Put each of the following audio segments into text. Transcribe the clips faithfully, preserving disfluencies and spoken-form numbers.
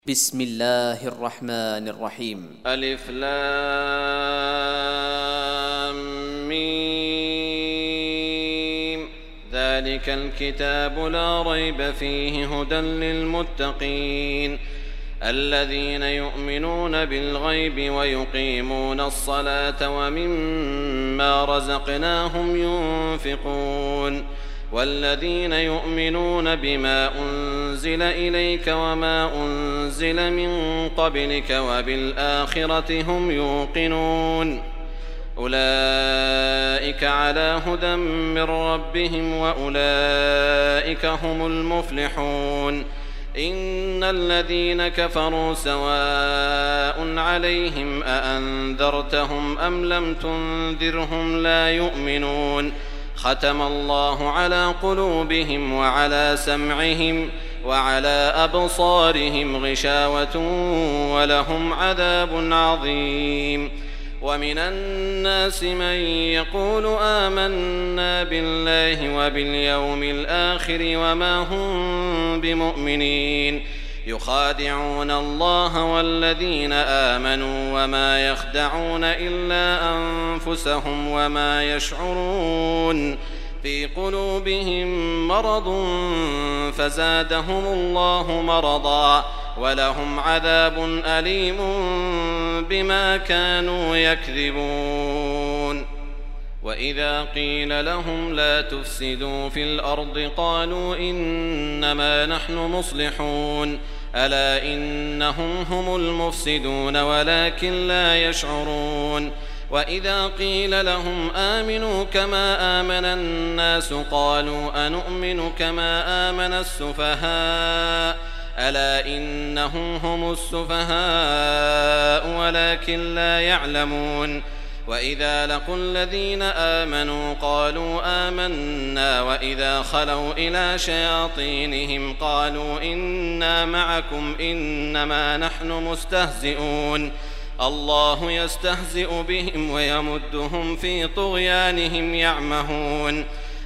بسم الله الرحمن الرحيم. ألف لام ميم. ذلك الكتاب لا ريب فيه هدى للمتقين الذين يؤمنون بالغيب ويقيمون الصلاة ومما رزقناهم ينفقون والذين يؤمنون بما أنزل إليك وما أنزل من قبلك وبالآخرة هم يوقنون أولئك على هدى من ربهم وأولئك هم المفلحون إن الذين كفروا سواء عليهم أأنذرتهم أم لم تنذرهم لا يؤمنون ختم الله على قلوبهم وعلى سمعهم وعلى أبصارهم غشاوة ولهم عذاب عظيم ومن الناس من يقول آمنا بالله وباليوم الآخر وما هم بمؤمنين يخادعون الله والذين آمنوا وما يخدعون إلا أنفسهم وما يشعرون في قلوبهم مرض فزادهم الله مرضا ولهم عذاب أليم بما كانوا يكذبون وإذا قيل لهم لا تفسدوا في الأرض قالوا إنما نحن مصلحون ألا إنهم هم المفسدون ولكن لا يشعرون وإذا قيل لهم آمنوا كما آمن الناس قالوا أنؤمن كما آمن السفهاء ألا إنهم هم السفهاء ولكن لا يعلمون وإذا لقوا الذين آمنوا قالوا آمنا وإذا خلوا إلى شياطينهم قالوا إنا معكم إنما نحن مستهزئون الله يستهزئ بهم ويمدهم في طغيانهم يعمهون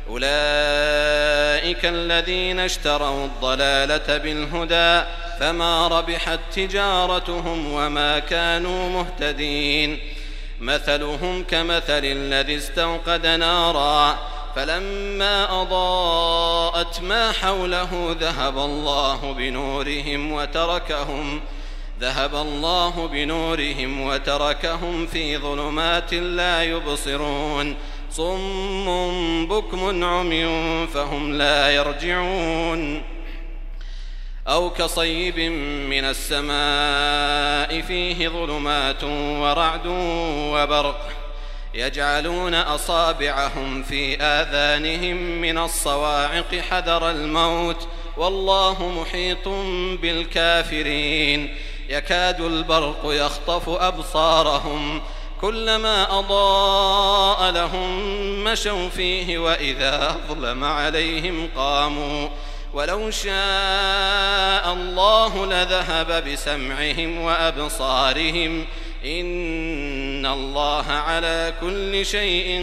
أولئك الذين اشتروا الضلالة بالهدى فما ربحت تجارتهم وما كانوا مهتدين مثلهم كمثل الذي استوقد نارا فلما أضاءت ما حوله ذهب الله بنورهم وتركهم ذهب الله بنورهم وتركهم في ظلمات لا يبصرون صم بكم عمي فهم لا يرجعون أو كصيب من السماء فيه ظلمات ورعد وبرق يجعلون أصابعهم في آذانهم من الصواعق حذر الموت والله محيط بالكافرين يكاد البرق يخطف أبصارهم كلما أضاء لهم مشوا فيه وإذا أظلم عليهم قاموا ولو شاء الله لذهب بسمعهم وأبصارهم إن الله على كل شيء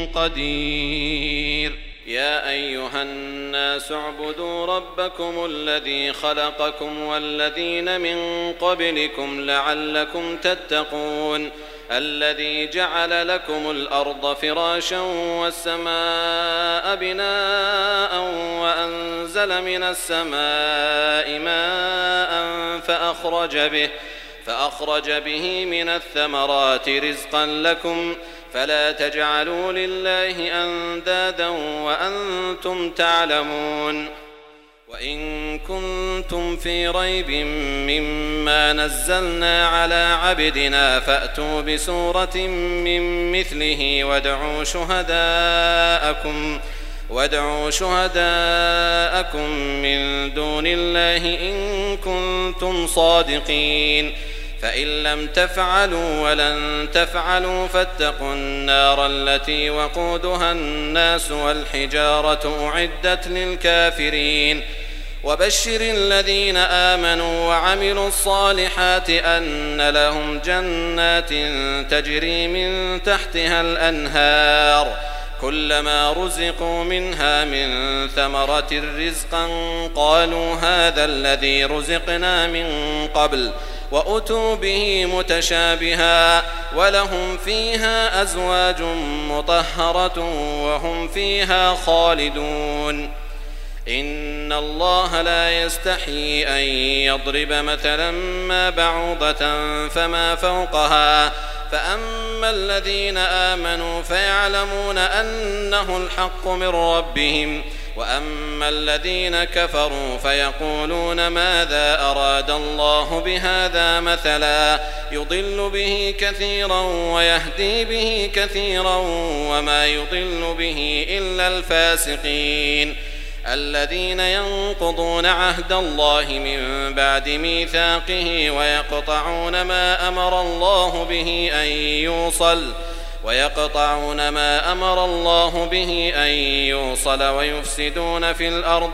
قدير يا أيها الناس اعبدوا ربكم الذي خلقكم والذين من قبلكم لعلكم تتقون الذي جعل لكم الأرض فراشا والسماء بناء وأنزل من السماء ماء فأخرج به فأخرج به من الثمرات رزقا لكم فلا تجعلوا لله أندادا وأنتم تعلمون وإن كنتم في ريب مما نزلنا على عبدنا فأتوا بسورة من مثله وادعوا شهداءكم وادعوا شهداءكم من دون الله إن كنتم صادقين فإن لم تفعلوا ولن تفعلوا فاتقوا النار التي وقودها الناس والحجارة أعدت للكافرين وبشر الذين آمنوا وعملوا الصالحات أن لهم جنات تجري من تحتها الأنهار كلما رزقوا منها من ثمرة رزقا قالوا هذا الذي رزقنا من قبل وأتوا به متشابها ولهم فيها أزواج مطهرة وهم فيها خالدون. إن الله لا يستحيي أن يضرب مثلا ما بعوضة فما فوقها فأما الذين آمنوا فيعلمون أنه الحق من ربهم وأما الذين كفروا فيقولون ماذا أراد الله بهذا مثلا يضل به كثيرا ويهدي به كثيرا وما يضل به إلا الفاسقين الذين ينقضون عهد الله من بعد ميثاقه ويقطعون ما أمر الله به أن يوصل ويقطعون ما أمر الله به أن يوصل ويفسدون في الأرض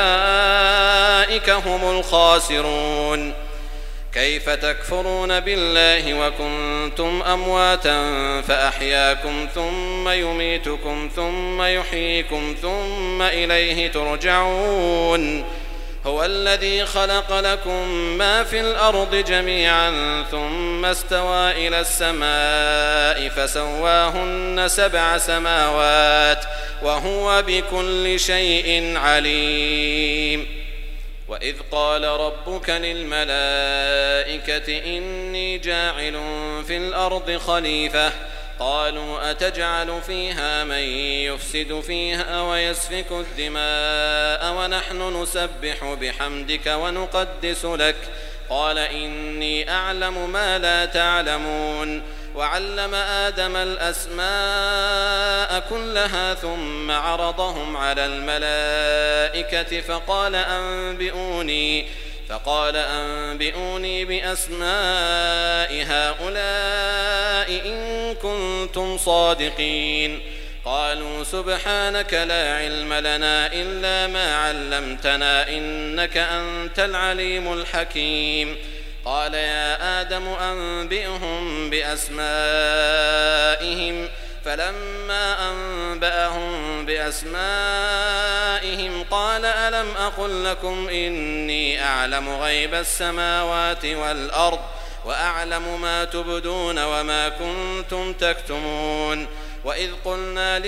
أولئك هم الخاسرون. كيف تكفرون بالله وكنتم أمواتا فأحياكم ثم يميتكم ثم يحييكم ثم إليه ترجعون. هو الذي خلق لكم ما في الأرض جميعا ثم استوى إلى السماء فسواهن سبع سماوات وهو بكل شيء عليم. وإذ قال ربك للملائكة إني جاعل في الأرض خليفة قالوا أتجعل فيها من يفسد فيها ويسفك الدماء ونحن نسبح بحمدك ونقدس لك قال إني أعلم ما لا تعلمون. وعلم آدم الأسماء كلها ثم عرضهم على الملائكة فقال أنبئوني فقال أنبئوني بأسماء هؤلاء إن كنتم صادقين. قالوا سبحانك لا علم لنا إلا ما علمتنا إنك أنت العليم الحكيم. قال يا آدم أنبئهم بأسمائهم فلما أنبأهم بأسمائهم قال ألم أقل لكم إني أعلم غيب السماوات والأرض وأعلم ما تبدون وما كنتم تكتمون. وإذ قلنا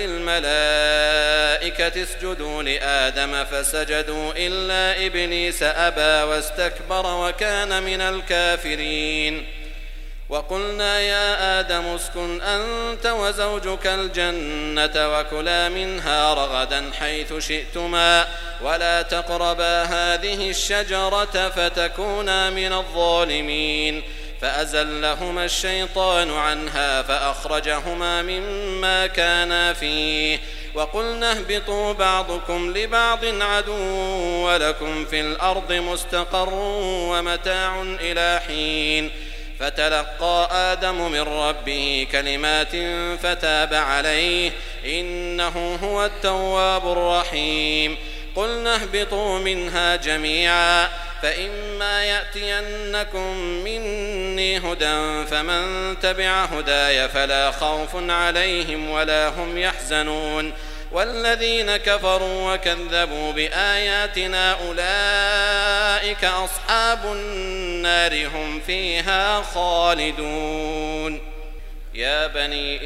للملائكة اسجدوا لآدم فسجدوا إلا إبليس أبى واستكبر وكان من الكافرين. وقلنا يا آدم اسكن أنت وزوجك الجنة وكلا منها رغدا حيث شئتما ولا تقربا هذه الشجرة فتكونا من الظالمين. فأزلهما الشيطان عنها فأخرجهما مما كانا فيه وقلنا اهبطوا بعضكم لبعض عدو ولكم في الأرض مستقر ومتاع إلى حين. فتلقى آدم من ربه كلمات فتاب عليه إنه هو التواب الرحيم. قلنا اهبطوا منها جميعا فإما يأتينكم مني هدى فمن تبع هداي فلا خوف عليهم ولا هم يحزنون. والذين كفروا وكذبوا بآياتنا أولئك أصحاب النار هم فيها خالدون. يا بني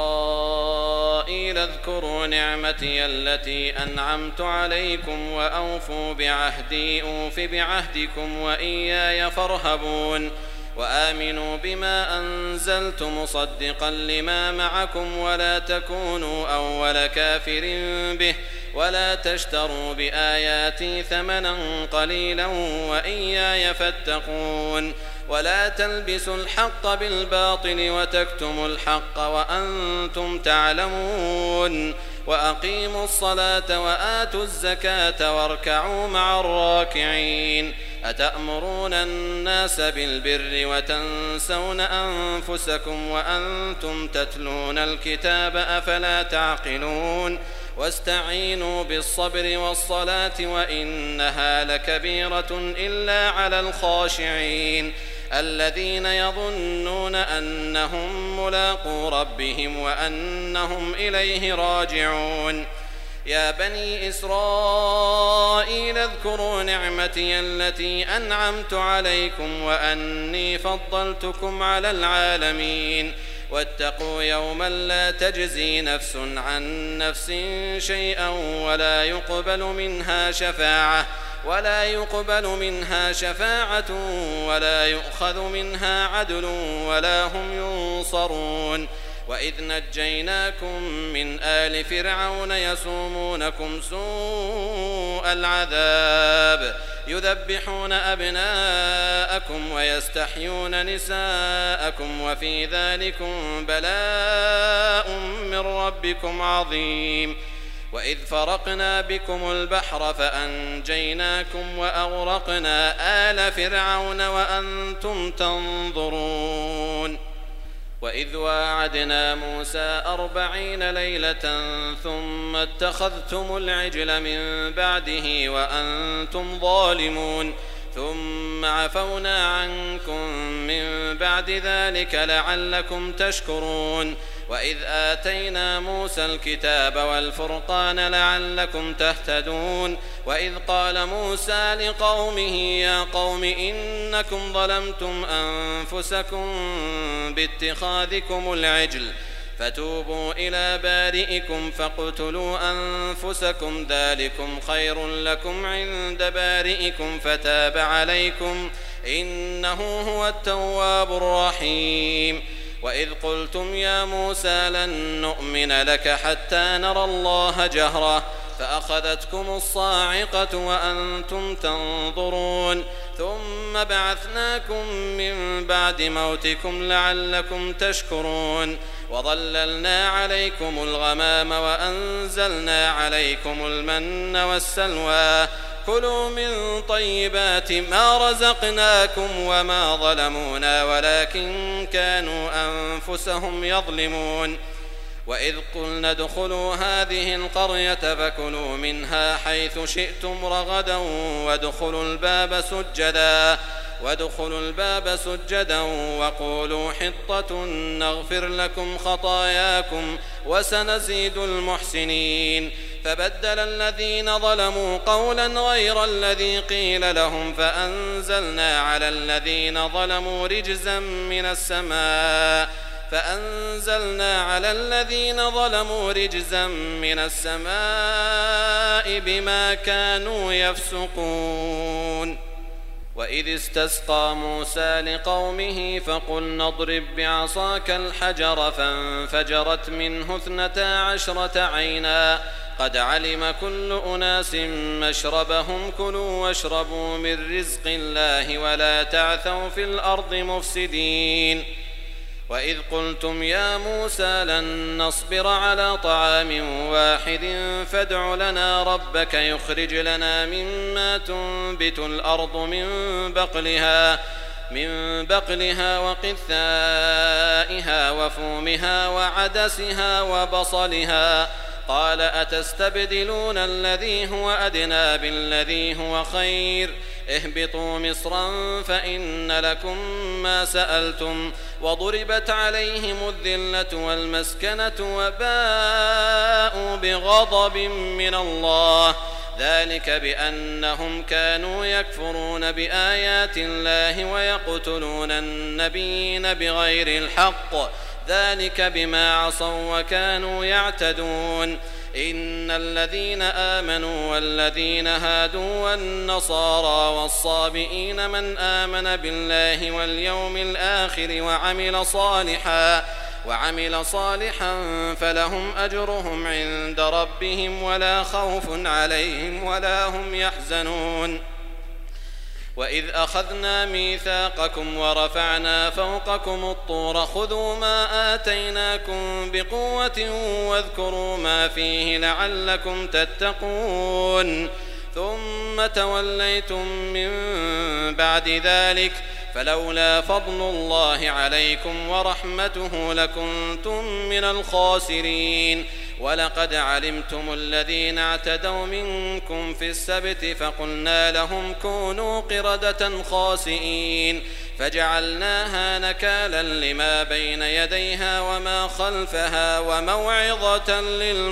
إسرائيل اذكروا نعمتي التي أنعمت عليكم وأوفوا بعهدي أوف بعهدكم وإياي فارهبون. وآمنوا بما أنزلت مصدقا لما معكم ولا تكونوا أول كافر به ولا تشتروا بآياتي ثمنا قليلا وإياي فاتقون. ولا تلبسوا الحق بالباطل وتكتموا الحق وأنتم تعلمون. وأقيموا الصلاة وآتوا الزكاة واركعوا مع الراكعين. أتأمرون الناس بالبر وتنسون أنفسكم وأنتم تتلون الكتاب أفلا تعقلون. واستعينوا بالصبر والصلاة وإنها لكبيرة إلا على الخاشعين الذين يظنون أنهم ملاقو ربهم وأنهم إليه راجعون يا بني إسرائيل اذكروا نعمتي التي أنعمت عليكم وأني فضلتكم على العالمين واتقوا يوما لا تجزي نفس عن نفس شيئا ولا يقبل منها شفاعة ولا يقبل منها شفاعة ولا يؤخذ منها عدل ولا هم ينصرون وإذ نجيناكم من آل فرعون يسومونكم سوء العذاب يذبحون أبناءكم ويستحيون نساءكم وفي ذلكم بلاء من ربكم عظيم وإذ فرقنا بكم البحر فأنجيناكم وأغرقنا آل فرعون وأنتم تنظرون وإذ واعدنا موسى أربعين ليلة ثم اتخذتم العجل من بعده وأنتم ظالمون ثم عفونا عنكم من بعد ذلك لعلكم تشكرون وإذ آتينا موسى الكتاب والفرقان لعلكم تهتدون وإذ قال موسى لقومه يا قوم إنكم ظلمتم أنفسكم باتخاذكم العجل فتوبوا إلى بارئكم فاقتلوا أنفسكم ذلكم خير لكم عند بارئكم فتاب عليكم إنه هو التواب الرحيم وإذ قلتم يا موسى لن نؤمن لك حتى نرى الله جهرة فأخذتكم الصاعقة وأنتم تنظرون ثم بعثناكم من بعد موتكم لعلكم تشكرون وظللنا عليكم الغمام وأنزلنا عليكم المن والسلوى كلوا من طيبات ما رزقناكم وما ظلمونا ولكن كانوا أنفسهم يظلمون وإذ قلنا ادخلوا هذه القرية فكلوا منها حيث شئتم رغدا وادخلوا الباب سجدا وادخلوا الباب سجدا وقولوا حطة نغفر لكم خطاياكم وسنزيد المحسنين فبدل الذين ظلموا قولا غير الذي قيل لهم فأنزلنا على الذين ظلموا رجزا من السماء فأنزلنا على الذين ظلموا رجزا من السماء بما كانوا يفسقون وإذ استسقى موسى لقومه فقلنا اضرب بعصاك الحجر فانفجرت منه اثنتا عشرة عينا قد علم كل أناس مشربهم كلوا واشربوا من رزق الله ولا تعثوا في الأرض مفسدين وإذ قلتم يا موسى لن نصبر على طعام واحد فادع لنا ربك يخرج لنا مما تنبت الأرض من بقلها من بقلها وقثائها وفومها وعدسها وبصلها قال أتستبدلون الذي هو أدنى بالذي هو خير اهبطوا مصرا فإن لكم ما سألتم وضربت عليهم الذلة والمسكنة وباءوا بغضب من الله ذلك بأنهم كانوا يكفرون بآيات الله ويقتلون النبيين بغير الحق ذلك بما عصوا وكانوا يعتدون إن الذين آمنوا والذين هادوا والنصارى والصابئين من آمن بالله واليوم الآخر وعمل صالحا وعمل صالحا فلهم أجرهم عند ربهم ولا خوف عليهم ولا هم يحزنون وإذ أخذنا ميثاقكم ورفعنا فوقكم الطور خذوا ما آتيناكم بقوة واذكروا ما فيه لعلكم تتقون ثم توليتم من بعد ذلك فلولا فضل الله عليكم ورحمته لكنتم من الخاسرين ولقد علمتم الذين اعتدوا منكم في السبت فقلنا لهم كونوا قردة خاسئين فجعلناها نكالا لما بين يديها وما خلفها وموعظة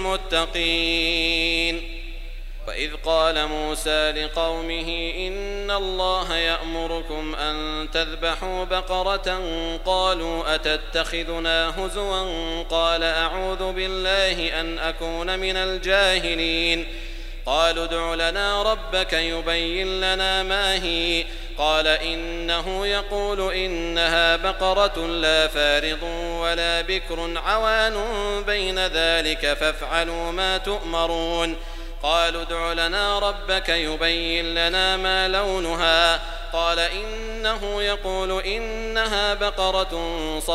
للمتقين. وإذ قال موسى لقومه إن الله يأمركم أن تذبحوا بقرة قالوا أتتخذنا هزوا قال أعوذ بالله أن أكون من الجاهلين قالوا ادع لنا ربك يبين لنا ما هي قال إنه يقول إنها بقرة لا فارض ولا بكر عوان بين ذلك فافعلوا ما تؤمرون قالوا ادع لنا ربك يبين لنا ما لونها قال إنه يقول إنها بقرة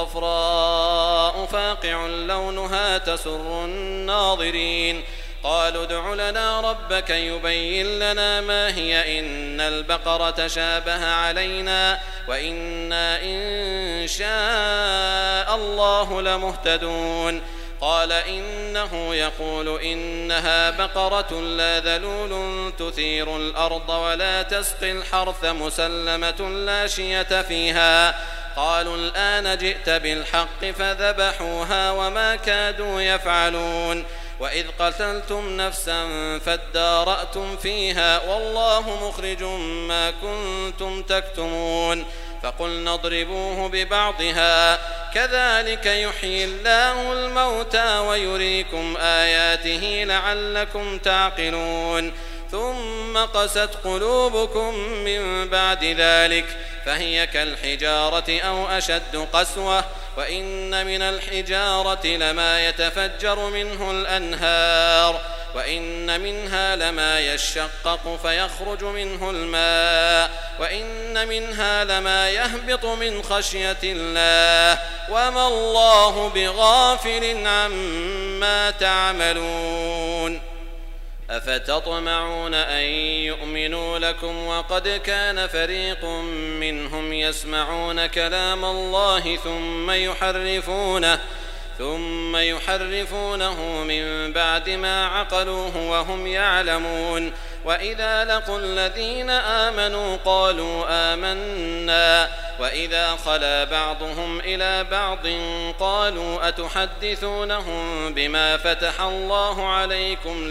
صفراء فاقع لونها تسر الناظرين قالوا ادع لنا ربك يبين لنا ما هي إن البقرة شابه علينا وإنا إن شاء الله لمهتدون قال إنه يقول إنها بقرة لا ذلول تثير الأرض ولا تسقي الحرث مسلمة لا شية فيها قالوا الآن جئت بالحق فذبحوها وما كادوا يفعلون وإذ قتلتم نفسا فادارأتم فيها والله مخرج ما كنتم تكتمون فقلنا اضربوه ببعضها كذلك يحيي الله الموتى ويريكم آياته لعلكم تعقلون ثم قست قلوبكم من بعد ذلك فهي كالحجارة أو أشد قسوة وإن من الحجارة لما يتفجر منه الأنهار وإن منها لما يشقق فيخرج منه الماء وإن منها لما يهبط من خشية الله وما الله بغافل عما تعملون أفتطمعون أن يؤمنوا لكم وقد كان فريق منهم يسمعون كلام الله ثم يحرفونه ثم يحرفونه من بعد ما عقلوه وهم يعلمون وإذا لقوا الذين آمنوا قالوا آمنا وإذا خلا بعضهم إلى بعض قالوا أتحدثونهم بما فتح الله عليكم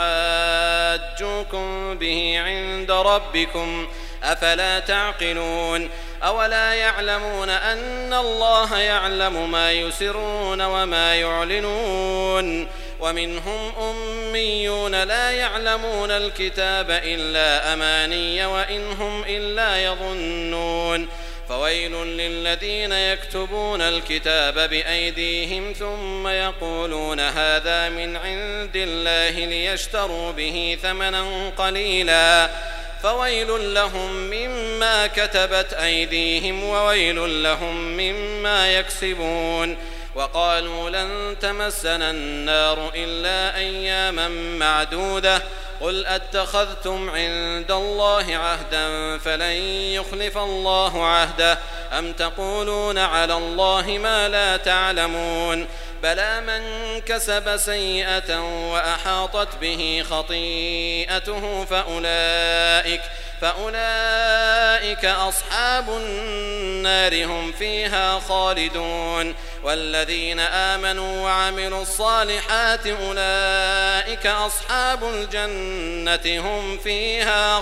ليحاجوكم به عند ربكم أفلا تعقلون أولا يعلمون أن الله يعلم ما يسرون وما يعلنون ومنهم أميون لا يعلمون الكتاب إلا أماني وإن هم إلا يظنون فويل للذين يكتبون الكتاب بأيديهم ثم يقولون هذا من عند الله ليشتروا به ثمنا قليلا فويل لهم مما كتبت أيديهم وويل لهم مما يكسبون وقالوا لن تمسنا النار إلا أياما معدودة قل أتخذتم عند الله عهدا فلن يخلف الله عهده أم تقولون على الله ما لا تعلمون بلى من كسب سيئة وأحاطت به خطيئته فأولئك فأولئك أصحاب النار هم فيها خالدون والذين آمنوا وعملوا الصالحات أولئك أصحاب الجنة هم فيها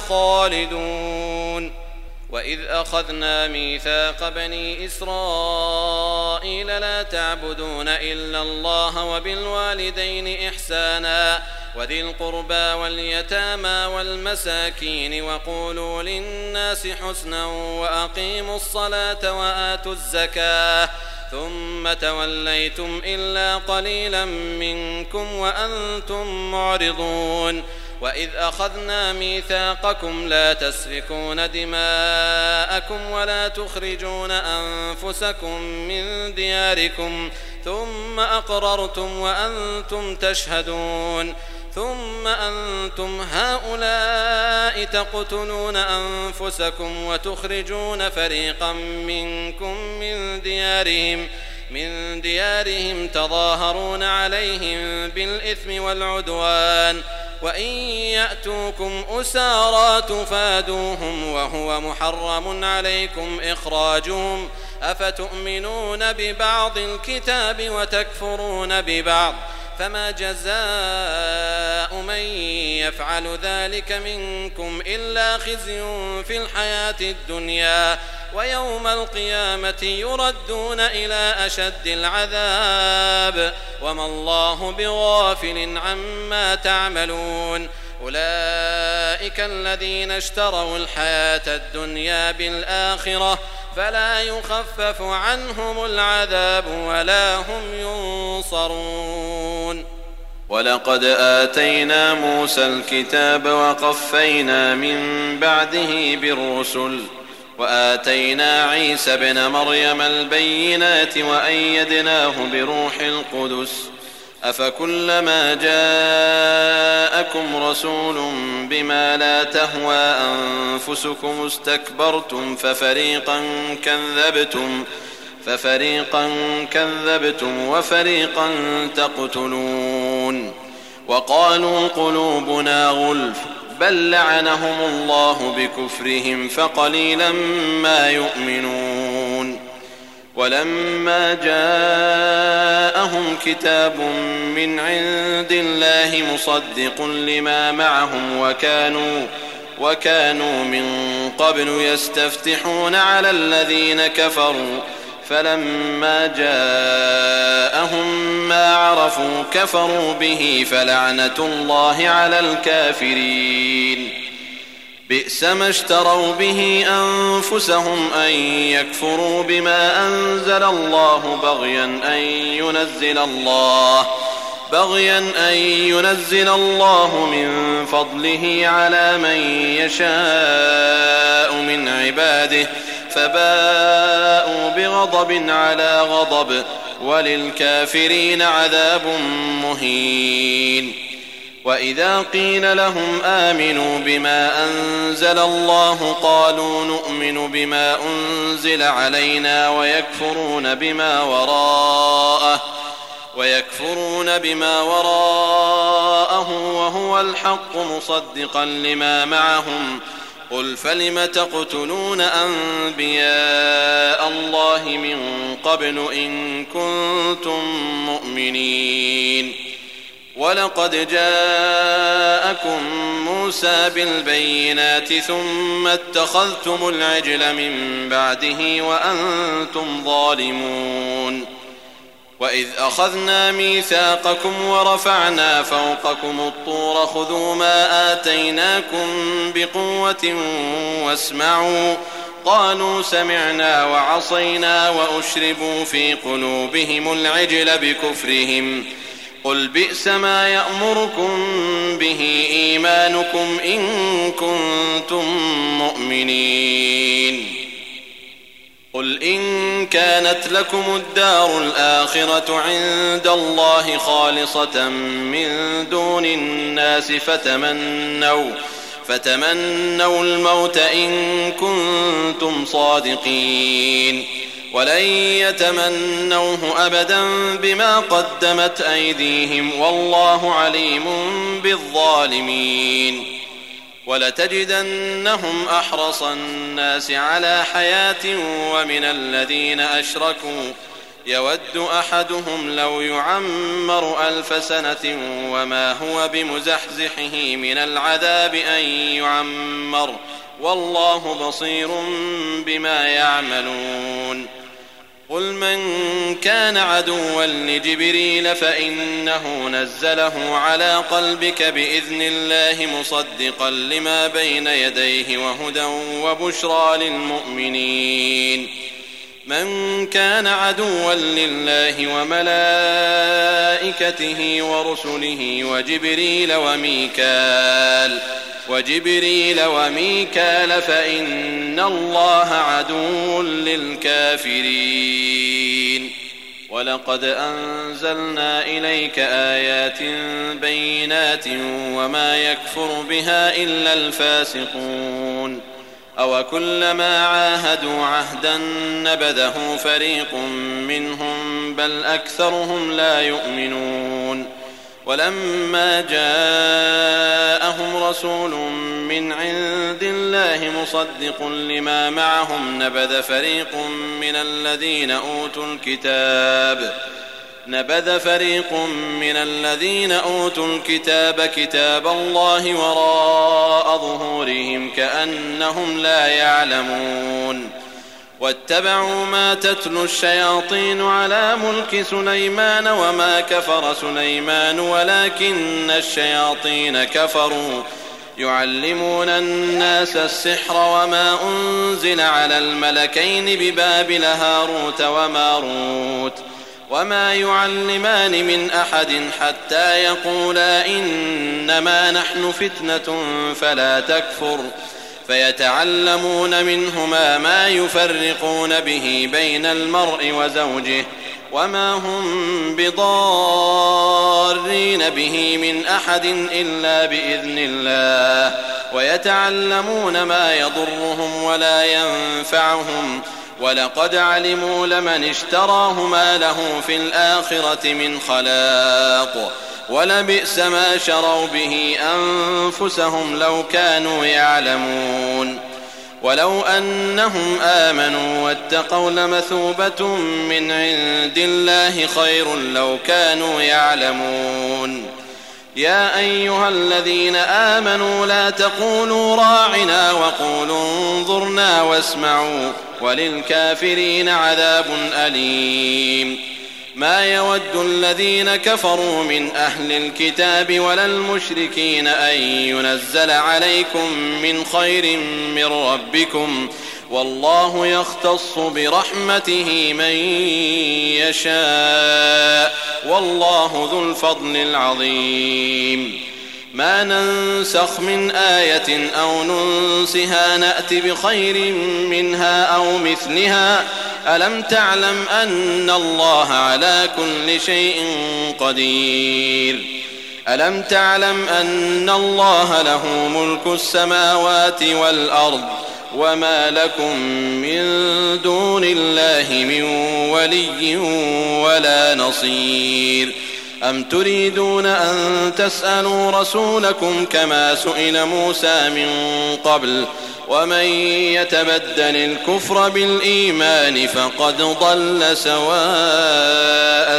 خالدون وإذ أخذنا ميثاق بني إسرائيل لا تعبدون إلا الله وبالوالدين إحسانا وذي القربى واليتامى والمساكين وقولوا للناس حسنا وأقيموا الصلاة وآتوا الزكاة ثم توليتم إلا قليلا منكم وأنتم معرضون وإذ أخذنا ميثاقكم لا تسفكون دماءكم ولا تخرجون أنفسكم من دياركم ثم أقررتم وأنتم تشهدون ثم أنتم هؤلاء تقتلون أنفسكم وتخرجون فريقا منكم من ديارهم من ديارهم تظاهرون عليهم بالإثم والعدوان وإن يأتوكم أسارى تفادوهم وهو محرم عليكم إخراجهم أفتؤمنون ببعض الكتاب وتكفرون ببعض فما جزاء من يفعل ذلك منكم إلا خزي في الحياة الدنيا ويوم القيامة يردون إلى أشد العذاب وما الله بغافل عما تعملون أولئك الذين اشتروا الحياة الدنيا بالآخرة فلا يخفف عنهم العذاب ولا هم ينصرون. ولقد آتينا موسى الكتاب وقفينا من بعده بالرسل وآتينا عيسى ابن مريم البينات وأيدناه بروح القدس أفكلما جاءكم رسول بما لا تهوى أنفسكم استكبرتم ففريقا كذبتم ففريقا كذبتم وفريقا تقتلون وقالوا قلوبنا غلف بل لعنهم الله بكفرهم فقليلا ما يؤمنون. ولما جاءهم كتاب من عند الله مصدق لما معهم وكانوا وكانوا من قبل يستفتحون على الذين كفروا فلما جاءهم ما عرفوا كفروا به فلعنة الله على الكافرين. بئس ما اشتروا به أنفسهم أن يكفروا بما أنزل الله بغيا أن ينزل الله بغيا أن ينزل الله من فضله على من يشاء من عباده فباءوا بغضب على غضب وللكافرين عذاب مهين. وإذا قيل لهم آمنوا بما أنزل الله قالوا نؤمن بما أنزل علينا ويكفرون بما وراءه ويكفرون بما وراءه وهو الحق مصدقا لما معهم قل فلم تقتلون أنبياء الله من قبل إن كنتم مؤمنين. ولقد جاءكم موسى بالبينات ثم اتخذتم العجل من بعده وأنتم ظالمون. وإذ أخذنا ميثاقكم ورفعنا فوقكم الطور خذوا ما آتيناكم بقوة واسمعوا قالوا سمعنا وعصينا وأشربوا في قلوبهم العجل بكفرهم قل بئس ما يأمركم به إيمانكم إن كنتم مؤمنين. قل إن كانت لكم الدار الآخرة عند الله خالصة من دون الناس فتمنوا فتمنوا الموت إن كنتم صادقين ولن يتمنوه أبدا بما قدمت أيديهم والله عليم بالظالمين. ولتجدنهم أحرص الناس على حياة ومن الذين أشركوا يود أحدهم لو يعمر ألف سنة وما هو بمزحزحه من العذاب أن يعمر والله بصير بما يعملون. قل من كان عدوا لجبريل فإنه نزله على قلبك بإذن الله مصدقا لما بين يديه وهدى وبشرى للمؤمنين. من كان عدوا لله وملائكته ورسله وجبريل وميكال وجبريل وميكال فإن الله عدو للكافرين. ولقد أنزلنا إليك آيات بينات وما يكفر بها إلا الفاسقون. أو كلما عاهدوا عهدا نبذه فريق منهم بل أكثرهم لا يؤمنون ولما جاءهم رسول من عند الله مصدق لما معهم نبذ فريق من الذين أوتوا الكتاب نبذ فريق من الذين أوتوا الكتاب كتاب الله وراء ظهورهم كأنهم لا يعلمون واتبعوا ما تتلو الشياطين على ملك سليمان وما كفر سليمان ولكن الشياطين كفروا يعلمون الناس السحر وما أنزل على الملكين ببابل هاروت وماروت وما يعلمان من أحد حتى يقولا إنما نحن فتنة فلا تكفر فيتعلمون منهما ما يفرقون به بين المرء وزوجه وما هم بضارين به من أحد إلا بإذن الله ويتعلمون ما يضرهم ولا ينفعهم ولقد علموا لمن اشتراه ما له في الآخرة من خلاق ولبئس ما شروا به أنفسهم لو كانوا يعلمون ولو أنهم آمنوا واتقوا لمثوبة من عند الله خير لو كانوا يعلمون يا أيها الذين آمنوا لا تقولوا راعنا وقولوا انظرنا واسمعوا وللكافرين عذاب أليم ما يود الذين كفروا من أهل الكتاب ولا المشركين أن ينزل عليكم من خير من ربكم والله يختص برحمته من يشاء والله ذو الفضل العظيم ما ننسخ من آية أو ننسها نأت بخير منها أو مثلها ألم تعلم أن الله على كل شيء قدير ألم تعلم أن الله له ملك السماوات والأرض وما لكم من دون الله من ولي ولا نصير أم تريدون أن تسألوا رسولكم كما سئل موسى من قبل ومن يتبدل الكفر بالإيمان فقد ضل سواء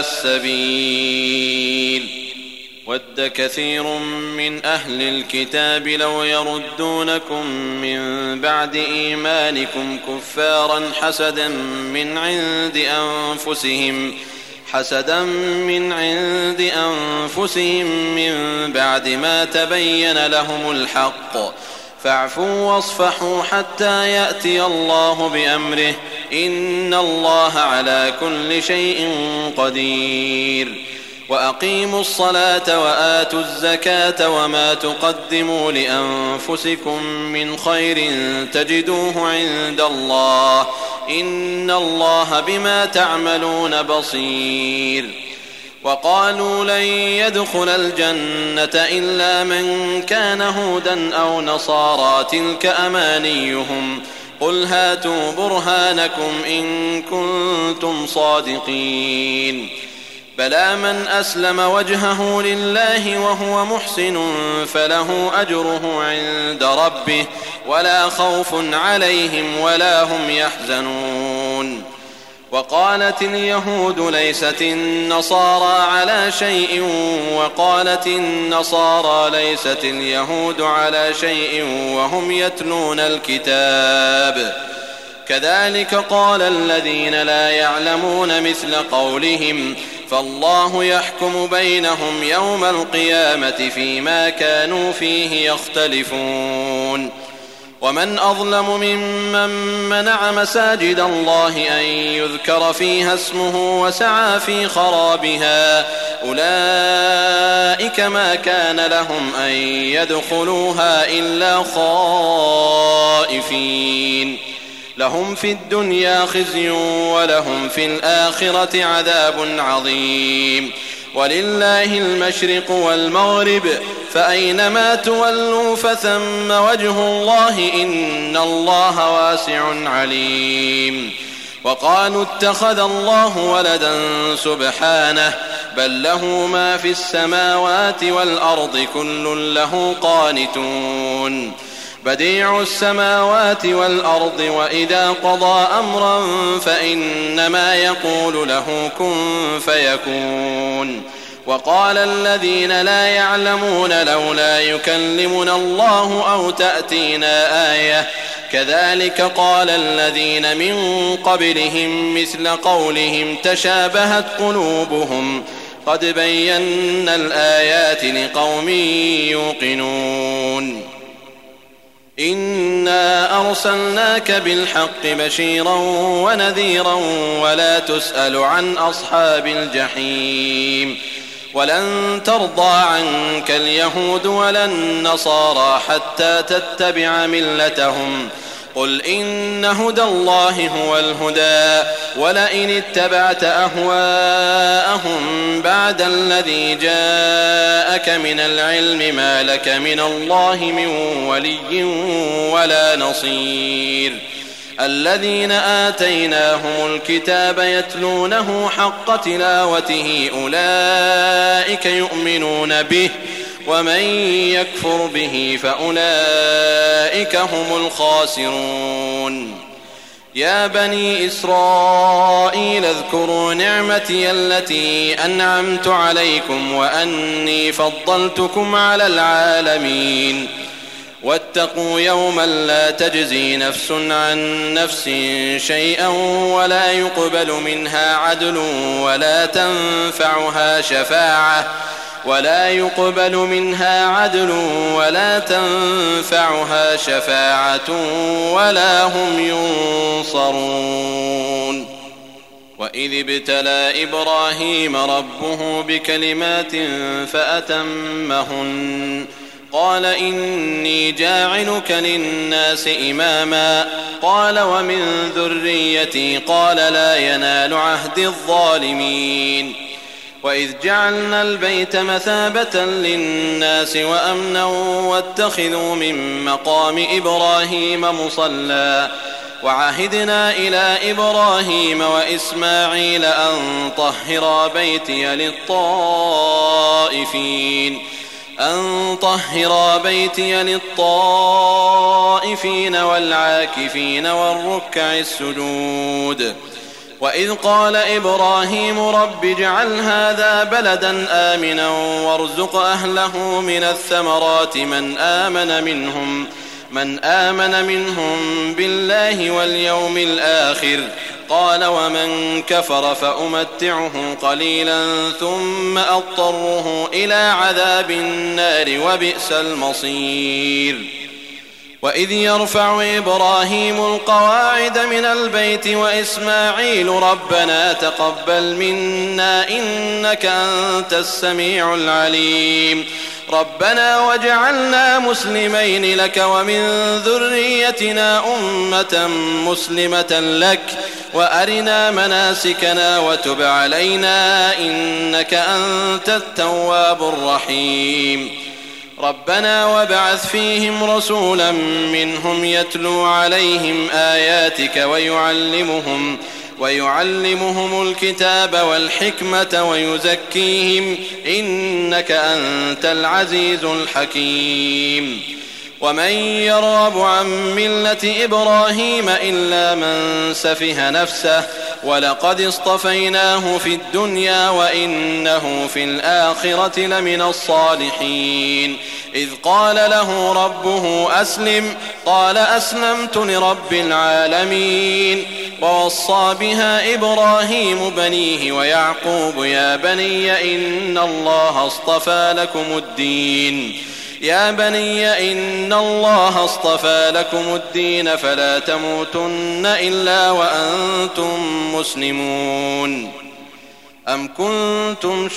السبيل ود كثير من أهل الكتاب لو يردونكم من بعد إيمانكم كفارا حسدا من عند أنفسهم حسدا من عند أنفسهم من بعد ما تبين لهم الحق فاعفوا واصفحوا حتى يأتي الله بأمره إن الله على كل شيء قدير وأقيموا الصلاة وآتوا الزكاة وما تقدموا لأنفسكم من خير تجدوه عند الله إن الله بما تعملون بصير وقالوا لن يدخل الجنة إلا من كان هودا أو نصارى تلك أمانيهم قل هاتوا برهانكم إن كنتم صادقين بلى من أسلم وجهه لله وهو محسن فله أجره عند ربه ولا خوف عليهم ولا هم يحزنون وقالت اليهود ليست النصارى على شيء وقالت النصارى ليست اليهود على شيء وهم يتلون الكتاب كذلك قال الذين لا يعلمون مثل قولهم فالله يحكم بينهم يوم القيامة فيما كانوا فيه يختلفون ومن أظلم ممن منع مساجد الله أن يذكر فيها اسمه وسعى في خرابها أولئك ما كان لهم أن يدخلوها إلا خائفين لهم في الدنيا خزي ولهم في الآخرة عذاب عظيم ولله المشرق والمغرب فأينما تولوا فثم وجه الله إن الله واسع عليم. وقالوا اتخذ الله ولدا سبحانه بل له ما في السماوات والأرض كل له قانتون بديع السماوات والأرض وإذا قضى أمرا فإنما يقول له كن فيكون. وقال الذين لا يعلمون لولا يكلمنا الله أو تأتينا آية كذلك قال الذين من قبلهم مثل قولهم تشابهت قلوبهم قد بينا الآيات لقوم يوقنون. إنا أرسلناك بالحق بشيرا ونذيرا ولا تسأل عن أصحاب الجحيم. ولن ترضى عنك اليهود ولا النصارى حتى تتبع ملتهم قل إن هدى الله هو الهدى ولئن اتبعت أهواءهم بعد الذي جاءك من العلم ما لك من الله من ولي ولا نصير. الذين آتيناهم الكتاب يتلونه حق تلاوته أولئك يؤمنون به ومن يكفر به فأولئك هم الخاسرون. يا بني إسرائيل اذكروا نعمتي التي أنعمت عليكم وأني فضلتكم على العالمين. واتقوا يوما لا تجزي نفس عن نفس شيئا ولا يقبل منها عدل ولا تنفعها شفاعة ولا يقبل منها عدل ولا تنفعها شفاعة ولا هم ينصرون. وإذ ابتلى إبراهيم ربه بكلمات فأتمهن قال إني جاعلك للناس إماما قال ومن ذريتي قال لا ينال عهد الظالمين. وإذ جعلنا البيت مثابة للناس وأمنا واتخذوا من مقام إبراهيم مصلى وعهدنا إلى إبراهيم وإسماعيل أن طهرا بيتي للطائفين أن طهرا بيتي للطائفين والعاكفين والركع السجود. وإذ قال إبراهيم رب اجعل هذا بلدا آمنا وارزق أهله من الثمرات من آمن منهم من آمن منهم بالله واليوم الآخر قال ومن كفر فأمتعه قليلا ثم أضطره إلى عذاب النار وبئس المصير. وإذ يرفع إبراهيم القواعد من البيت وإسماعيل ربنا تقبل منا إنك أنت السميع العليم ربنا واجعلنا مسلمين لك ومن ذريتنا أمة مسلمة لك وأرنا مناسكنا وتب علينا إنك أنت التواب الرحيم. ربنا وابعث فيهم رسولا منهم يتلو عليهم آياتك ويعلمهم ويعلمهم الكتاب والحكمة ويزكيهم إنك أنت العزيز الحكيم. ومن يرغب عن ملة إبراهيم إلا من سفه نفسه ولقد اصطفيناه في الدنيا وإنه في الآخرة لمن الصالحين. إذ قال له ربه أسلم قال أسلمت لرب العالمين. ووصى بها إبراهيم بنيه ويعقوب يا بني إن الله اصطفى لكم الدين يا بني إن الله اصطفى لكم الدين فلا تموتن إلا وأنتم مسلمون. أم كنتم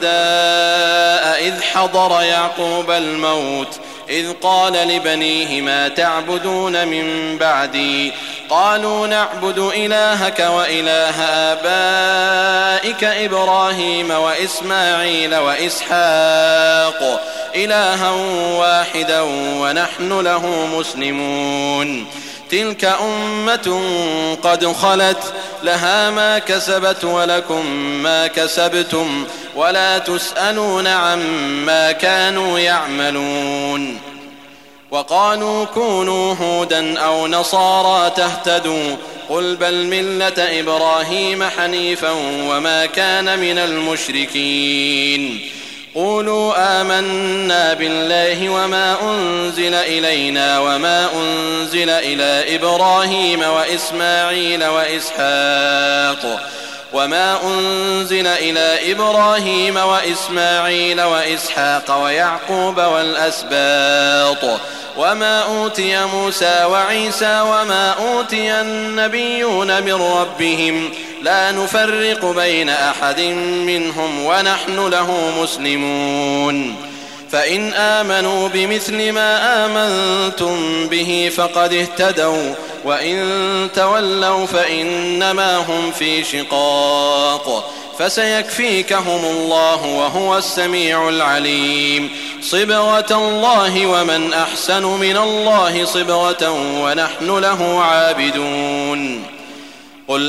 شهداء إذ حضر يعقوب الموت إذ قال لبنيه ما تعبدون من بعدي قالوا نعبد إلهك وإله آبائك إبراهيم وإسماعيل وإسحاق إلها واحدا ونحن له مسلمون تلك أمة قد خلت لها ما كسبت ولكم ما كسبتم ولا تسألون عما كانوا يعملون وقالوا كونوا هودا أو نصارى تهتدوا قل بل ملة إبراهيم حنيفا وما كان من المشركين قولوا آمنا بالله وما أنزل إلينا وما أنزل إلى إبراهيم وإسماعيل وإسحاق وما أنزل إلى إبراهيم وإسماعيل وإسحاق ويعقوب والأسباط وما أوتي موسى وعيسى وما أوتي النبيون من ربهم لا نفرق بين أحد منهم ونحن له مسلمون فإن آمنوا بمثل ما آمنتم به فقد اهتدوا وإن تولوا فإنما هم في شقاق فسيكفيكهم الله وهو السميع العليم صبغة الله ومن أحسن من الله صبغة ونحن له عابدون قل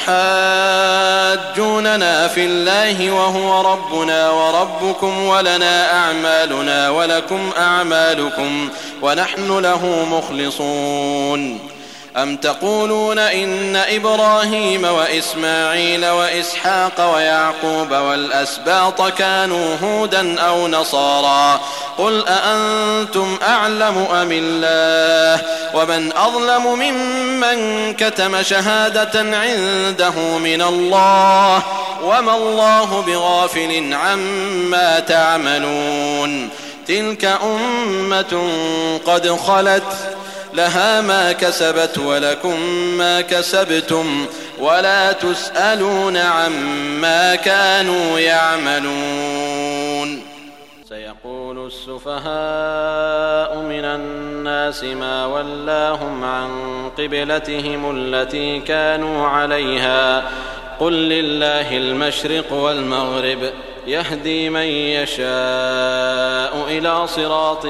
أتحاجوننا في الله وهو ربنا وربكم ولنا أعمالنا ولكم أعمالكم ونحن له مخلصون أم تقولون إن إبراهيم وإسماعيل وإسحاق ويعقوب والأسباط كانوا هودا أو نصارى قل أأنتم أعلم أم الله ومن أظلم ممن كتم شهادة عنده من الله وما الله بغافل عما تعملون تلك أمة قد خلت لها ما كسبت ولكم ما كسبتم ولا تسألون عما كانوا يعملون سيقول السفهاء من الناس ما ولاهم عن قبلتهم التي كانوا عليها قل لله المشرق والمغرب يهدي من يشاء إلى صراط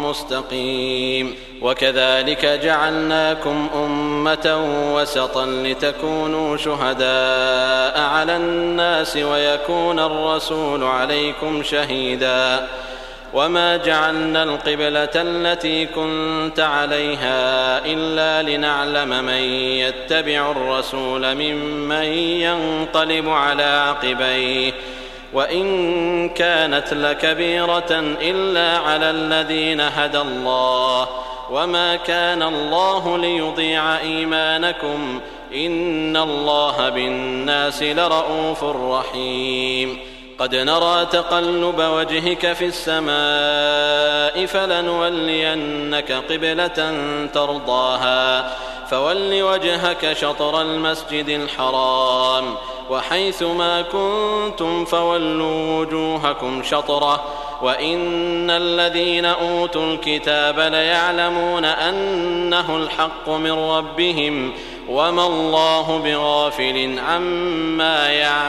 مستقيم وكذلك جعلناكم أمة وسطا لتكونوا شهداء على الناس ويكون الرسول عليكم شهيدا وما جعلنا القبلة التي كنت عليها إلا لنعلم من يتبع الرسول ممن ينقلب على عقبيه وإن كانت لكبيرة إلا على الذين هدى الله وما كان الله ليضيع إيمانكم إن الله بالناس لرؤوف رحيم قد نرى تقلب وجهك في السماء فلنولينك قبلة ترضاها فول وجهك شطر المسجد الحرام وحيث ما كنتم فولوا وجوهكم شطره وإن الذين أوتوا الكتاب ليعلمون أنه الحق من ربهم وما الله بغافل عما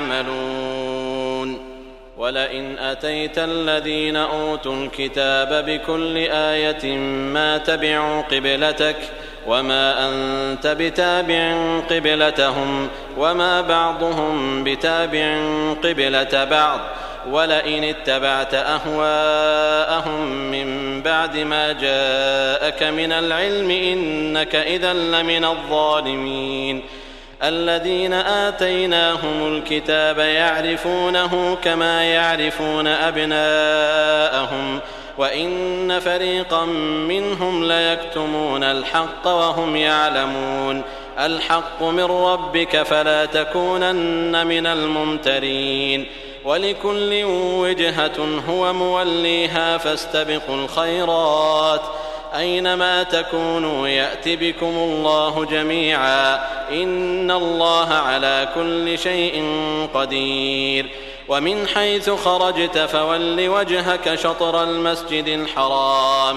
يعملون ولئن أتيت الذين أوتوا الكتاب بكل آية ما تبعوا قبلتك وما أنت بتابع قبلتهم وما بعضهم بتابع قبلة بعض ولئن اتبعت أهواءهم من بعد ما جاءك من العلم إنك إذا لمن الظالمين الذين آتيناهم الكتاب يعرفونه كما يعرفون أبناءهم وإن فريقا منهم ليكتمون الحق وهم يعلمون الحق من ربك فلا تكونن من الممترين ولكل وجهة هو موليها فاستبقوا الخيرات أينما تكونوا يأت بكم الله جميعا إن الله على كل شيء قدير ومن حيث خرجت فول وجهك شطر المسجد الحرام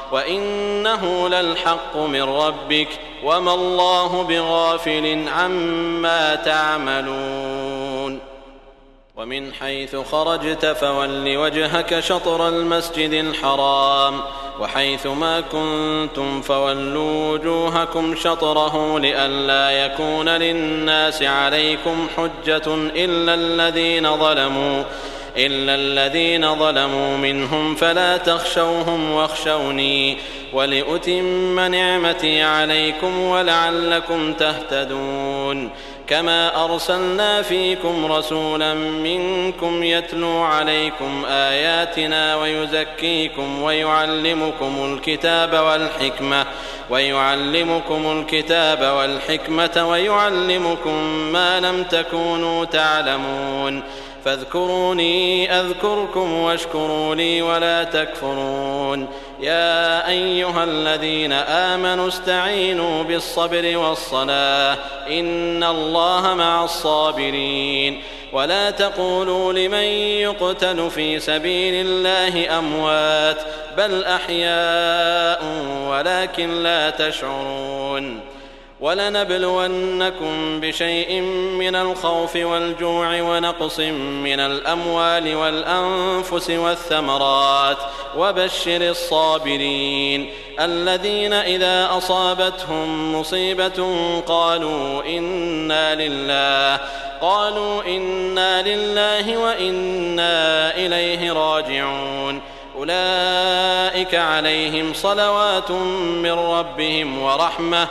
وإنه للحق من ربك وما الله بغافل عما تعملون ومن حيث خرجت فول وجهك شطر المسجد الحرام وحيث ما كنتم فولوا وجوهكم شطره لئلا يكون للناس عليكم حجة إلا الذين ظلموا إلا الذين ظلموا منهم فلا تخشوهم واخشوني ولأتم نعمتي عليكم ولعلكم تهتدون كما أرسلنا فيكم رسولا منكم يتلو عليكم آياتنا ويزكيكم ويعلمكم الكتاب والحكمة ويعلمكم الكتاب والحكمة ويعلمكم ما لم تكونوا تعلمون فاذكروني أذكركم واشكروا لي ولا تكفرون يا أيها الذين آمنوا استعينوا بالصبر والصلاة إن الله مع الصابرين ولا تقولوا لمن يقتل في سبيل الله أموات بل أحياء ولكن لا تشعرون ولنبلونكم بشيء من الخوف والجوع ونقص من الأموال والأنفس والثمرات وبشر الصابرين الذين إذا أصابتهم مصيبة قالوا إنا لله قالوا إنا لله وإنا إليه راجعون أولئك عليهم صلوات من ربهم ورحمة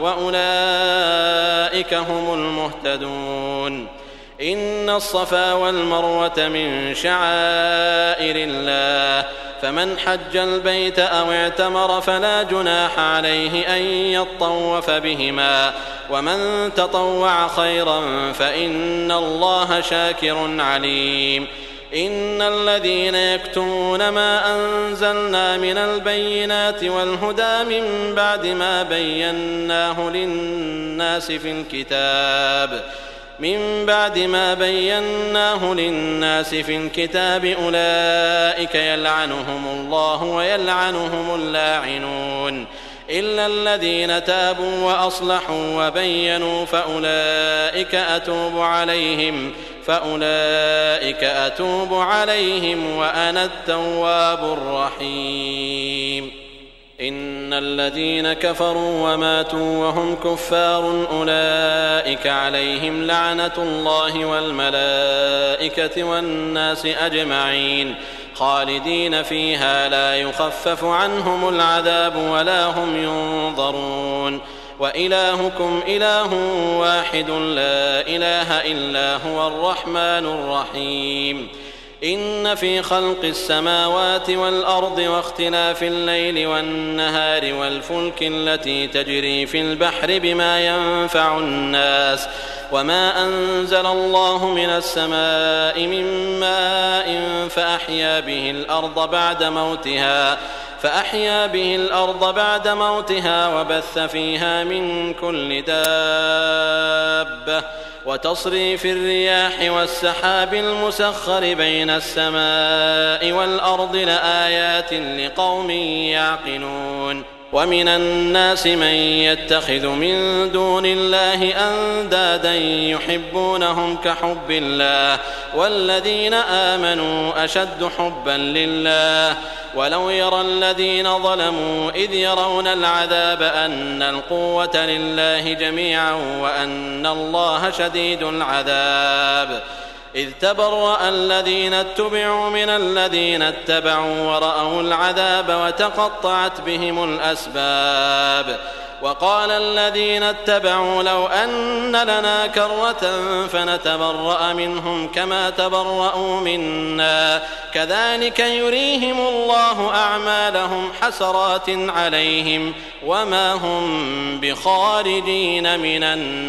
وأولئك هم المهتدون إن الصفا والمروة من شعائر الله فمن حج البيت أو اعتمر فلا جناح عليه أن يطوف بهما ومن تطوع خيرا فإن الله شاكر عليم إن الذين يكتمون ما أنزلنا من البينات والهدى من بعد ما بيناه للناس في الكتاب من بعد ما بيناه للناس في الكتاب أولئك يلعنهم الله ويلعنهم اللاعنون إلا الذين تابوا وأصلحوا وبينوا فأولئك أتوب عليهم فأولئك أتوب عليهم وأنا التواب الرحيم إن الذين كفروا وماتوا وهم كفار أولئك عليهم لعنة الله والملائكة والناس أجمعين خالدين فيها لا يخفف عنهم العذاب ولا هم ينظرون وإلهكم إله واحد لا إله إلا هو الرحمن الرحيم إن في خلق السماوات والأرض واختلاف الليل والنهار والفلك التي تجري في البحر بما ينفع الناس وما أنزل الله من السماء من ماء فأحيا به الأرض بعد موتها فأحيا به الأرض بعد موتها وبث فيها من كل دابة وتصريف الرياح والسحاب المسخر بين السماء والأرض لآيات لقوم يعقلون ومن الناس من يتخذ من دون الله أندادا يحبونهم كحب الله والذين آمنوا أشد حبا لله ولو يرى الذين ظلموا إذ يرون العذاب أن القوة لله جميعا وأن الله شديد العذاب إذ تبرأ الذين اتبعوا من الذين اتبعوا ورأوا العذاب وتقطعت بهم الأسباب وقال الذين اتبعوا لو أن لنا كرة فنتبرأ منهم كما تبرأوا منا كذلك يريهم الله أعمالهم حسرات عليهم وما هم بخارجين من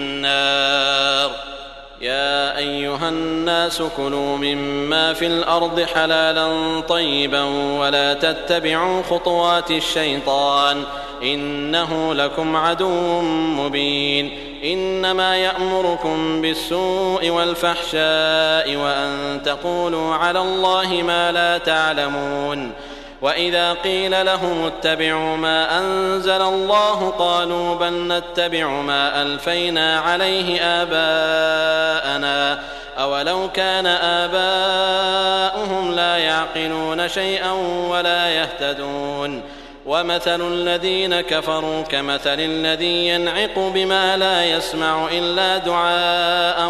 النار يا أيها الناس كلوا مما في الأرض حلالا طيبا ولا تتبعوا خطوات الشيطان إنه لكم عدو مبين إنما يأمركم بالسوء والفحشاء وأن تقولوا على الله ما لا تعلمون وإذا قيل لهم اتبعوا ما أنزل الله قالوا بل نتبع ما ألفينا عليه آباءنا أولو كان آباؤهم لا يعقلون شيئا ولا يهتدون ومثل الذين كفروا كمثل الذي ينعق بما لا يسمع إلا دعاء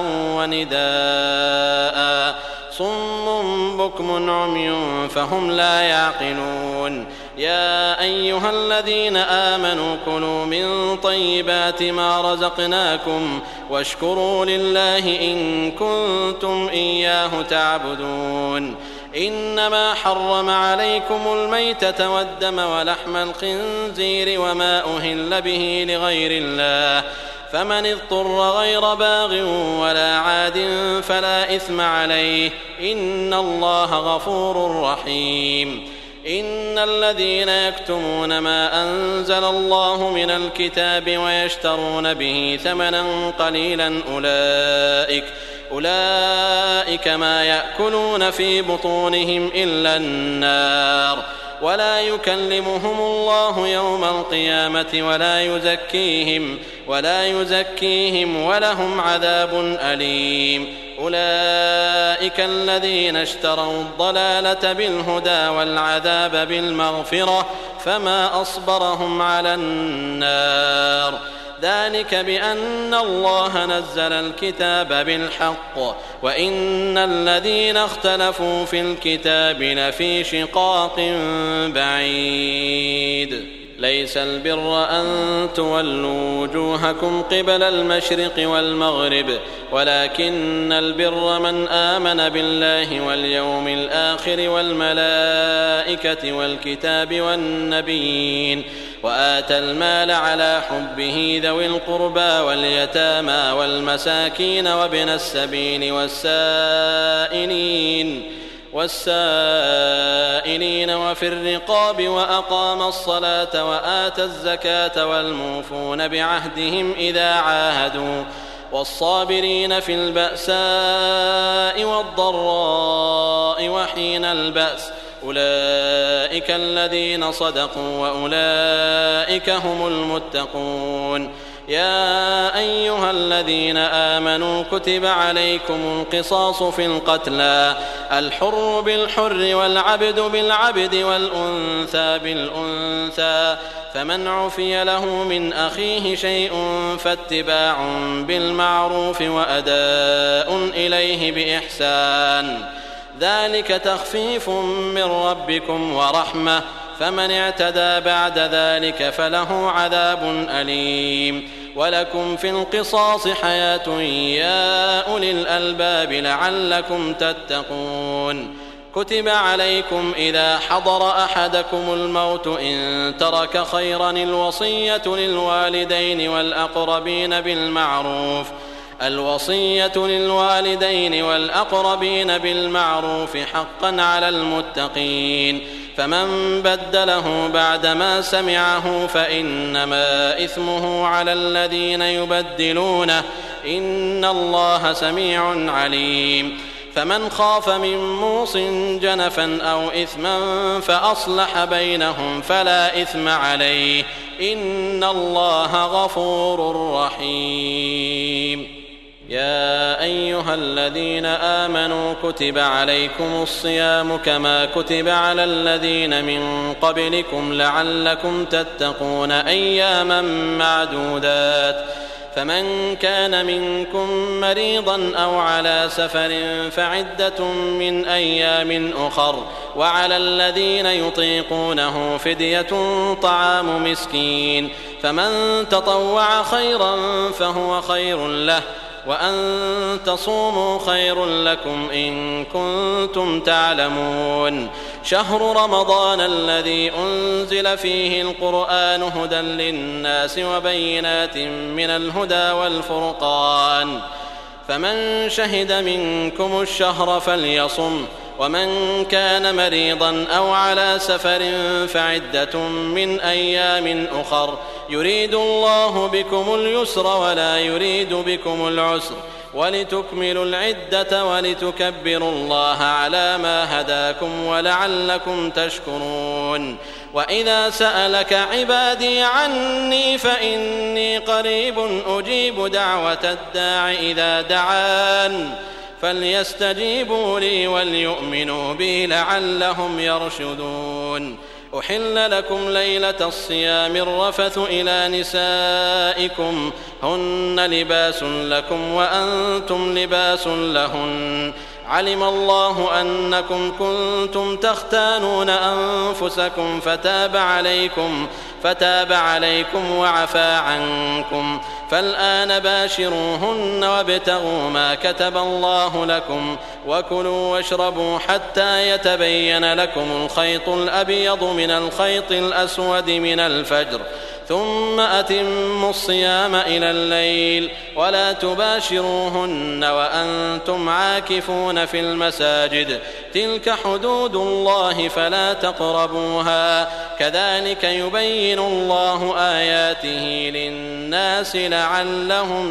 ونداء صم بكم عمي فهم لا يعقلون يا أيها الذين آمنوا كلوا من طيبات ما رزقناكم واشكروا لله إن كنتم إياه تعبدون إنما حرم عليكم الميتة والدم ولحم الخنزير وما أهل به لغير الله فمن اضطر غير باغ ولا عاد فلا إثم عليه إن الله غفور رحيم إن الذين يكتمون ما أنزل الله من الكتاب ويشترون به ثمنا قليلا أولئك أولئك ما يأكلون في بطونهم إلا النار ولا يكلمهم الله يوم القيامة ولا يزكيهم ولا يزكيهم ولهم عذاب أليم أولئك الذين اشتروا الضلالة بالهدى والعذاب بالمغفرة فما أصبرهم على النار ذلك بأن الله نزل الكتاب بالحق وإن الذين اختلفوا في الكتاب لفي شقاق بعيد ليس البر أن تولوا وجوهكم قبل المشرق والمغرب ولكن البر من آمن بالله واليوم الآخر والملائكة والكتاب والنبيين وآتى المال على حبه ذوي القربى واليتامى والمساكين وابن السبيل والسائلين والسائلين وفي الرقاب وأقام الصلاة وآتى الزكاة والموفون بعهدهم إذا عاهدوا والصابرين في البأساء والضراء وحين البأس أولئك الذين صدقوا وأولئك هم المتقون يا أيها الذين آمنوا كتب عليكم القصاص في القتلى الحر بالحر والعبد بالعبد والأنثى بالأنثى فمن عفي له من أخيه شيء فاتباع بالمعروف وأداء إليه بإحسان ذلك تخفيف من ربكم ورحمة فمن اعتدى بعد ذلك فله عذاب أليم ولكم في القصاص حياة يا أولي الألباب لعلكم تتقون كتب عليكم إذا حضر أحدكم الموت إن ترك خيرا الوصية للوالدين والأقربين بالمعروف الوصية للوالدين والأقربين بالمعروف حقا على المتقين فمن بدله بعدما سمعه فإنما إثمه على الذين يبدلونه إن الله سميع عليم فمن خاف من موص جنفا أو إثما فأصلح بينهم فلا إثم عليه إن الله غفور رحيم يا أيها الذين آمنوا كتب عليكم الصيام كما كتب على الذين من قبلكم لعلكم تتقون أياما معدودات فمن كان منكم مريضا أو على سفر فعدة من أيام أخر وعلى الذين يطيقونه فدية طعام مسكين فمن تطوع خيرا فهو خير له وأن تصوموا خير لكم إن كنتم تعلمون شهر رمضان الذي أنزل فيه القرآن هدى للناس وبينات من الهدى والفرقان فمن شهد منكم الشهر فليصم ومن كان مريضا أو على سفر فعدة من أيام أخر يريد الله بكم اليسر ولا يريد بكم العسر ولتكملوا العدة ولتكبروا الله على ما هداكم ولعلكم تشكرون. وإذا سألك عبادي عني فإني قريب أجيب دعوة الداع إذا دعان فليستجيبوا لي وليؤمنوا بي لعلهم يرشدون. أحل لكم ليلة الصيام الرفث إلى نسائكم هن لباس لكم وأنتم لباس لهن علم الله أنكم كنتم تختانون أنفسكم فتاب عليكم فتاب عليكم وعفى عنكم فالآن باشروهن وابتغوا ما كتب الله لكم وكلوا واشربوا حتى يتبين لكم الخيط الأبيض من الخيط الأسود من الفجر ثم أتموا الصيام إلى الليل ولا تباشروهن وأنتم عاكفون في المساجد تلك حدود الله فلا تقربوها كذلك يبين الله آياته للناس لعلهم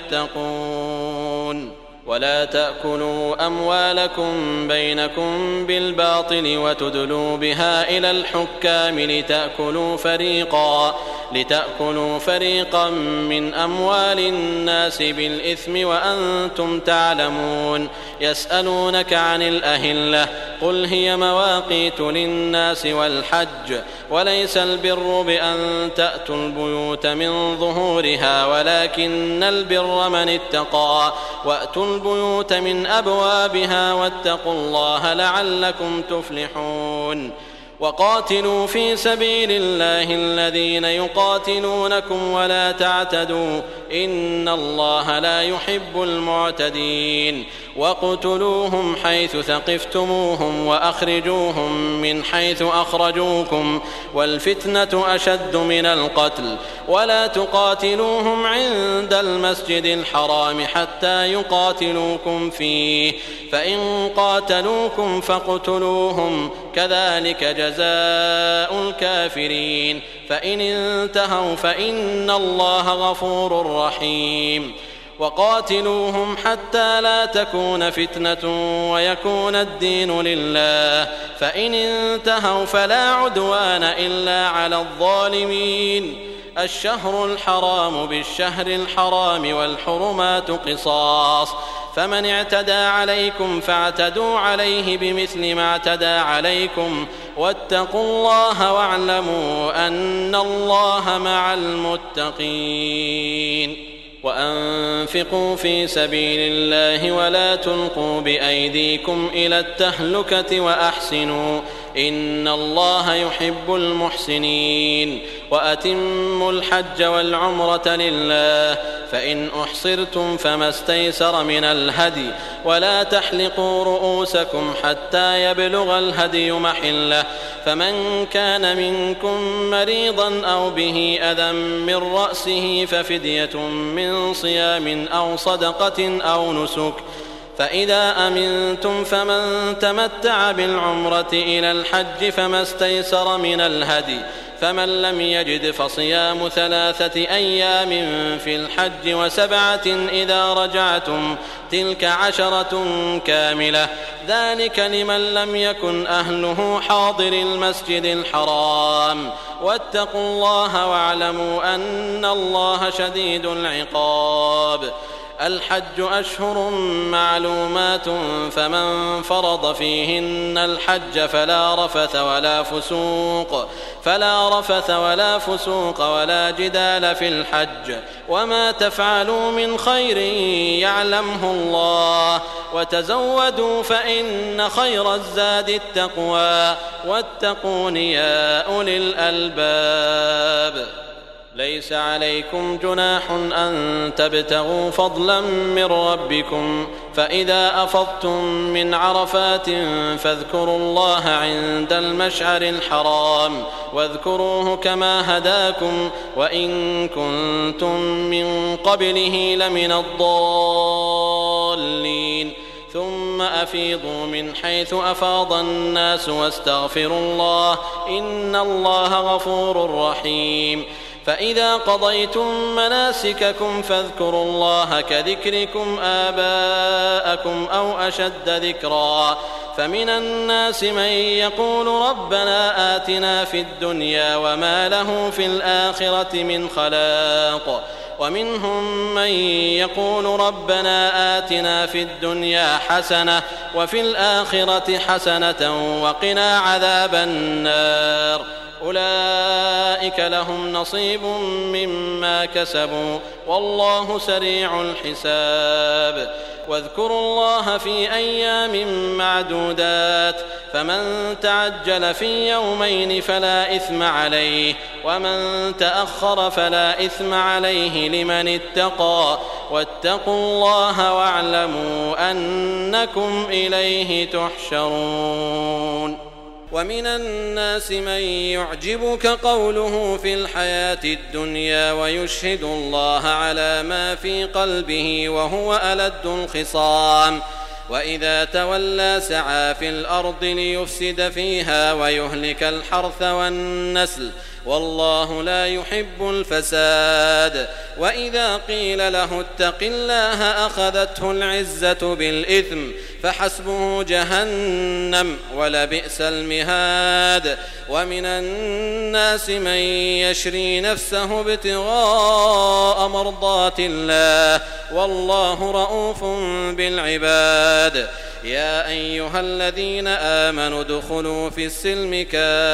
يتقون. ولا تأكلوا أموالكم بينكم بالباطل وتدلوا بها إلى الحكام لتأكلوا فريقا لتأكلوا فريقا من أموال الناس بالإثم وأنتم تعلمون. يسألونك عن الأهلة قل هي مواقيت للناس والحج وليس البر بأن تأتوا البيوت من ظهورها ولكن البر من اتقى وأتوا البيوت من أبوابها واتقوا الله لعلكم تفلحون. وقاتلوا في سبيل الله الذين يقاتلونكم ولا تعتدوا إن الله لا يحب المعتدين. واقتلوهم حيث ثقفتموهم وأخرجوهم من حيث أخرجوكم والفتنة أشد من القتل ولا تقاتلوهم عند المسجد الحرام حتى يقاتلوكم فيه فإن قاتلوكم فاقتلوهم كذلك جزاء الكافرين فإن انتهوا فإن الله غفور رحيم. وقاتلوهم حتى لا تكون فتنة ويكون الدين لله فإن انتهوا فلا عدوان إلا على الظالمين. الشهر الحرام بالشهر الحرام والحرمات قصاص فمن اعتدى عليكم فاعتدوا عليه بمثل ما اعتدى عليكم واتقوا الله واعلموا أن الله مع المتقين. وأنفقوا في سبيل الله ولا تلقوا بأيديكم إلى التهلكة وأحسنوا إن الله يحب المحسنين. وأتموا الحج والعمرة لله فإن أحصرتم فما استيسر من الهدي ولا تحلقوا رؤوسكم حتى يبلغ الهدي محله فمن كان منكم مريضا أو به أذى من رأسه ففدية من صيام أو صدقة أو نسك فإذا أمنتم فمن تمتع بالعمرة إلى الحج فما استيسر من الهدي فمن لم يجد فصيام ثلاثة أيام في الحج وسبعة إذا رجعتم تلك عشرة كاملة ذلك لمن لم يكن أهله حاضر المسجد الحرام واتقوا الله واعلموا أن الله شديد العقاب. الحج أشهر معلومات فمن فرض فيهن الحج فلا رفث ولا فسوق فلا رفث ولا فسوق ولا جدال في الحج وما تفعلوا من خير يعلمه الله وتزودوا فإن خير الزاد التقوى واتقون يا أولي الألباب. ليس عليكم جناح أن تبتغوا فضلا من ربكم فإذا أفضتم من عرفات فاذكروا الله عند المشعر الحرام واذكروه كما هداكم وإن كنتم من قبله لمن الضالين ثم أفيضوا من حيث أفاض الناس واستغفروا الله إن الله غفور رحيم. فإذا قضيتم مناسككم فاذكروا الله كذكركم آباءكم أو أشد ذكرا فمن الناس من يقول ربنا آتنا في الدنيا وما له في الآخرة من خلاق ومنهم من يقول ربنا آتنا في الدنيا حسنة وفي الآخرة حسنة وقنا عذاب النار أولئك لهم نصيب مما كسبوا والله سريع الحساب واذكروا الله في أيام معدودات فمن تعجل في يومين فلا إثم عليه ومن تأخر فلا إثم عليه لمن اتقى واتقوا الله واعلموا أنكم إليه تحشرون ومن الناس من يعجبك قوله في الحياة الدنيا ويشهد الله على ما في قلبه وهو ألد الخصام وإذا تولى سعى في الأرض ليفسد فيها ويهلك الحرث والنسل والله لا يحب الفساد وإذا قيل له اتق الله أخذته العزة بالإثم فحسبه جهنم ولبئس المهاد ومن الناس من يشري نفسه ابتغاء مرضات الله والله رؤوف بالعباد يا أيها الذين آمنوا ادخلوا في السلم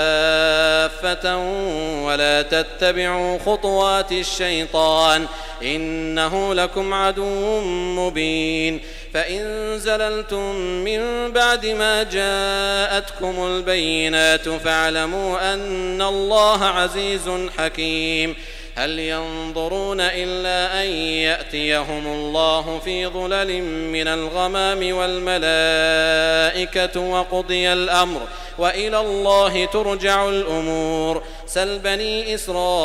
كافة ولا تتبعوا خطوات الشيطان إنه لكم عدو مبين فإن زللتم من بعد ما جاءتكم البينات فاعلموا أن الله عزيز حكيم هل ينظرون إلا أن يأتيهم الله في ظلل من الغمام والملائكة وقضي الأمر وإلى الله ترجع الأمور سل بني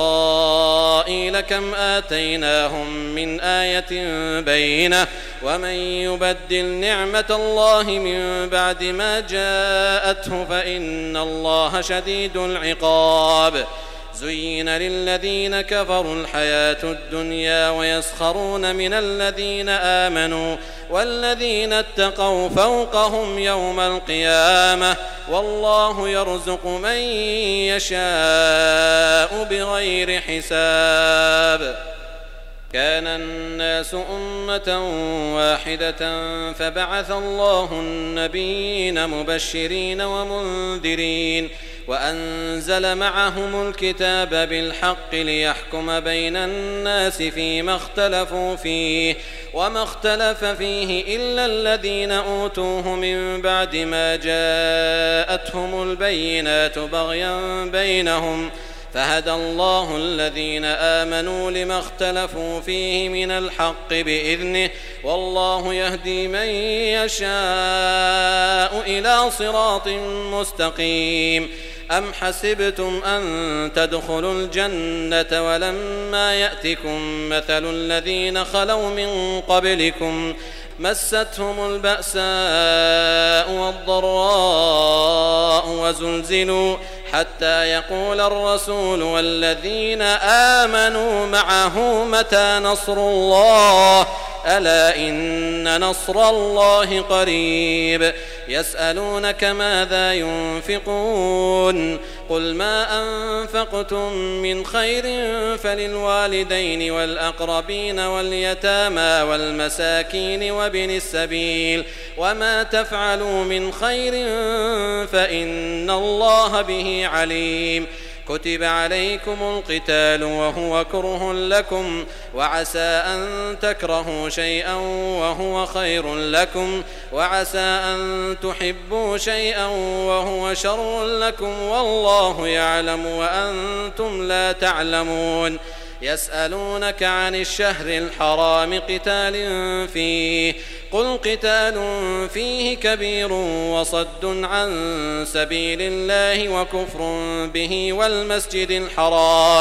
إسرائيل كم آتيناهم من آية بينة ومن يبدل نعمة الله من بعد ما جاءته فإن الله شديد العقاب زين للذين كفروا الحياة الدنيا ويسخرون من الذين آمنوا والذين اتقوا فوقهم يوم القيامة والله يرزق من يشاء بغير حساب كان الناس أمة واحدة فبعث الله النبيين مبشرين ومنذرين وأنزل معهم الكتاب بالحق ليحكم بين الناس فيما اختلفوا فيه وما اختلف فيه إلا الذين أوتوه من بعد ما جاءتهم البينات بغيا بينهم فهدى الله الذين آمنوا لما اختلفوا فيه من الحق بإذنه والله يهدي من يشاء إلى صراط مستقيم أم حسبتم أن تدخلوا الجنة ولما يأتكم مثل الذين خلوا من قبلكم مستهم البأساء والضراء وزلزلوا حتى يقول الرسول والذين آمنوا معه متى نصر الله ألا إن نصر الله قريب يسألونك ماذا ينفقون قل ما أنفقتم من خير فللوالدين والأقربين واليتامى والمساكين وابن السبيل وما تفعلوا من خير فإن الله به عليم كتب عليكم القتال وهو كره لكم وعسى أن تكرهوا شيئا وهو خير لكم وعسى أن تحبوا شيئا وهو شر لكم والله يعلم وأنتم لا تعلمون يسألونك عن الشهر الحرام قتال فيه قل قتال فيه كبير وصد عن سبيل الله وكفر به والمسجد الحرام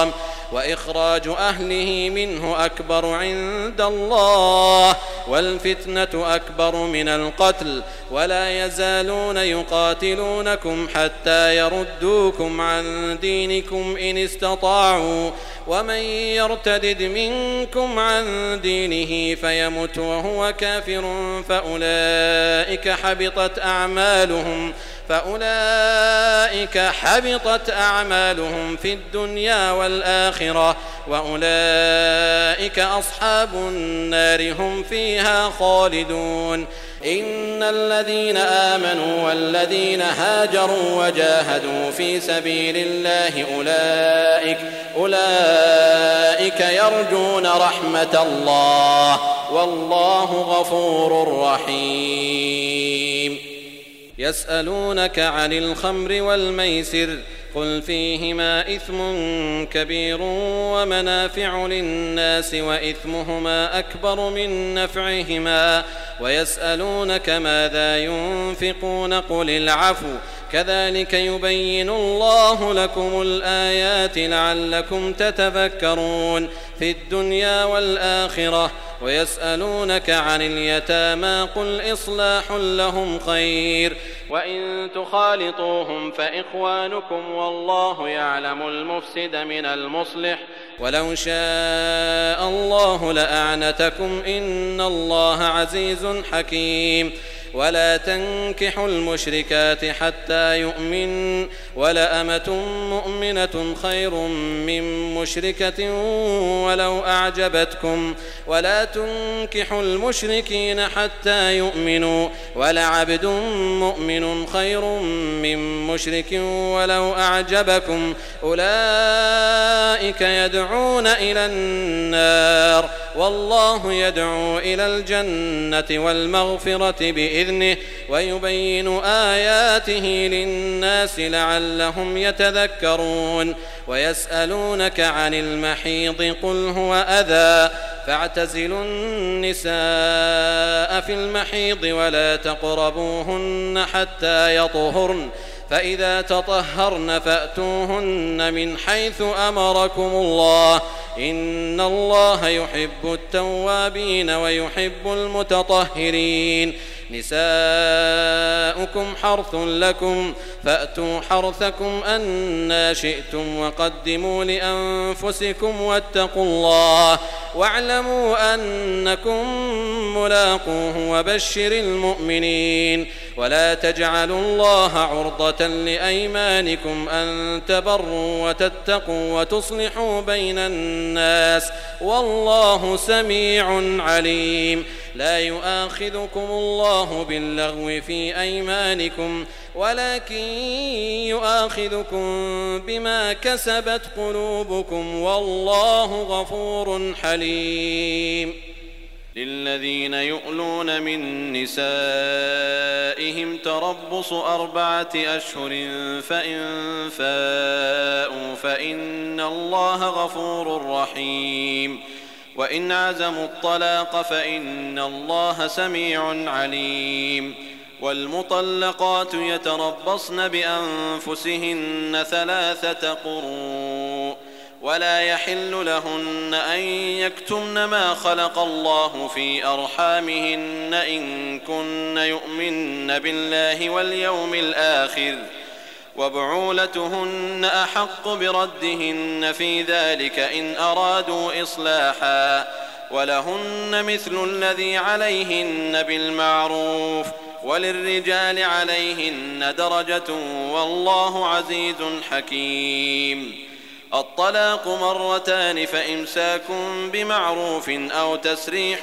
وإخراج أهله منه أكبر عند الله والفتنة أكبر من القتل ولا يزالون يقاتلونكم حتى يردوكم عن دينكم إن استطاعوا ومن يرتدد منكم عن دينه فيمت وهو كافر فأولئك حبطت أعمالهم فأولئك حبطت أعمالهم في الدنيا والآخرة وأولئك أصحاب النار هم فيها خالدون إن الذين آمنوا والذين هاجروا وجاهدوا في سبيل الله أولئك أولئك يرجون رحمة الله والله غفور رحيم يسألونك عن الخمر والميسر قل فيهما إثم كبير ومنافع للناس وإثمهما أكبر من نفعهما ويسألونك ماذا ينفقون قل العفو كذلك يبين الله لكم الآيات لعلكم تتفكرون في الدنيا والآخرة ويسألونك عن اليتامى قل إصلاح لهم خير وإن تخالطوهم فإخوانكم والله يعلم المفسد من المصلح ولو شاء الله لأعنتكم إن الله عزيز حكيم ولا تنكحوا المشركات حتى يؤمن ولأمة مؤمنة خير من مشركة ولو أعجبتكم ولا تنكحوا المشركين حتى يؤمنوا ولعبد مؤمن خير من مشرك ولو أعجبكم أولئك يدعون إلى النار والله يدعو إلى الجنة والمغفرة بإذنه ويبين آياته للناس لعلهم يتذكرون ويسألونك عن المحيض قل هو أذى فاعتزلوا النساء في المحيض ولا تقربوهن حتى يطهرن فإذا تطهرن فأتوهن من حيث أمركم الله إن الله يحب التوابين ويحب المتطهرين نساؤكم حرث لكم فأتوا حرثكم أنى شئتم وقدموا لأنفسكم واتقوا الله واعلموا أنكم ملاقوه وبشر المؤمنين ولا تجعلوا الله عرضة لأيمانكم أن تبروا وتتقوا وتصلحوا بين الناس والله سميع عليم لا يؤاخذكم الله باللغو في أيمانكم ولكن يؤاخذكم بما كسبت قلوبكم والله غفور حليم للذين يؤلون من نسائهم تربص أربعة أشهر فإن فاءوا فإن الله غفور رحيم وإن عزموا الطلاق فإن الله سميع عليم والمطلقات يتربصن بأنفسهن ثلاثة قروء ولا يحل لهن أن يكتمن ما خلق الله في أرحامهن إن كن يؤمن بالله واليوم الآخر وبعولتهن أحق بردهن في ذلك إن أرادوا إصلاحا ولهن مثل الذي عليهن بالمعروف وللرجال عليهن درجة والله عزيز حكيم الطلاق مرتان فإمساك بمعروف أو تسريح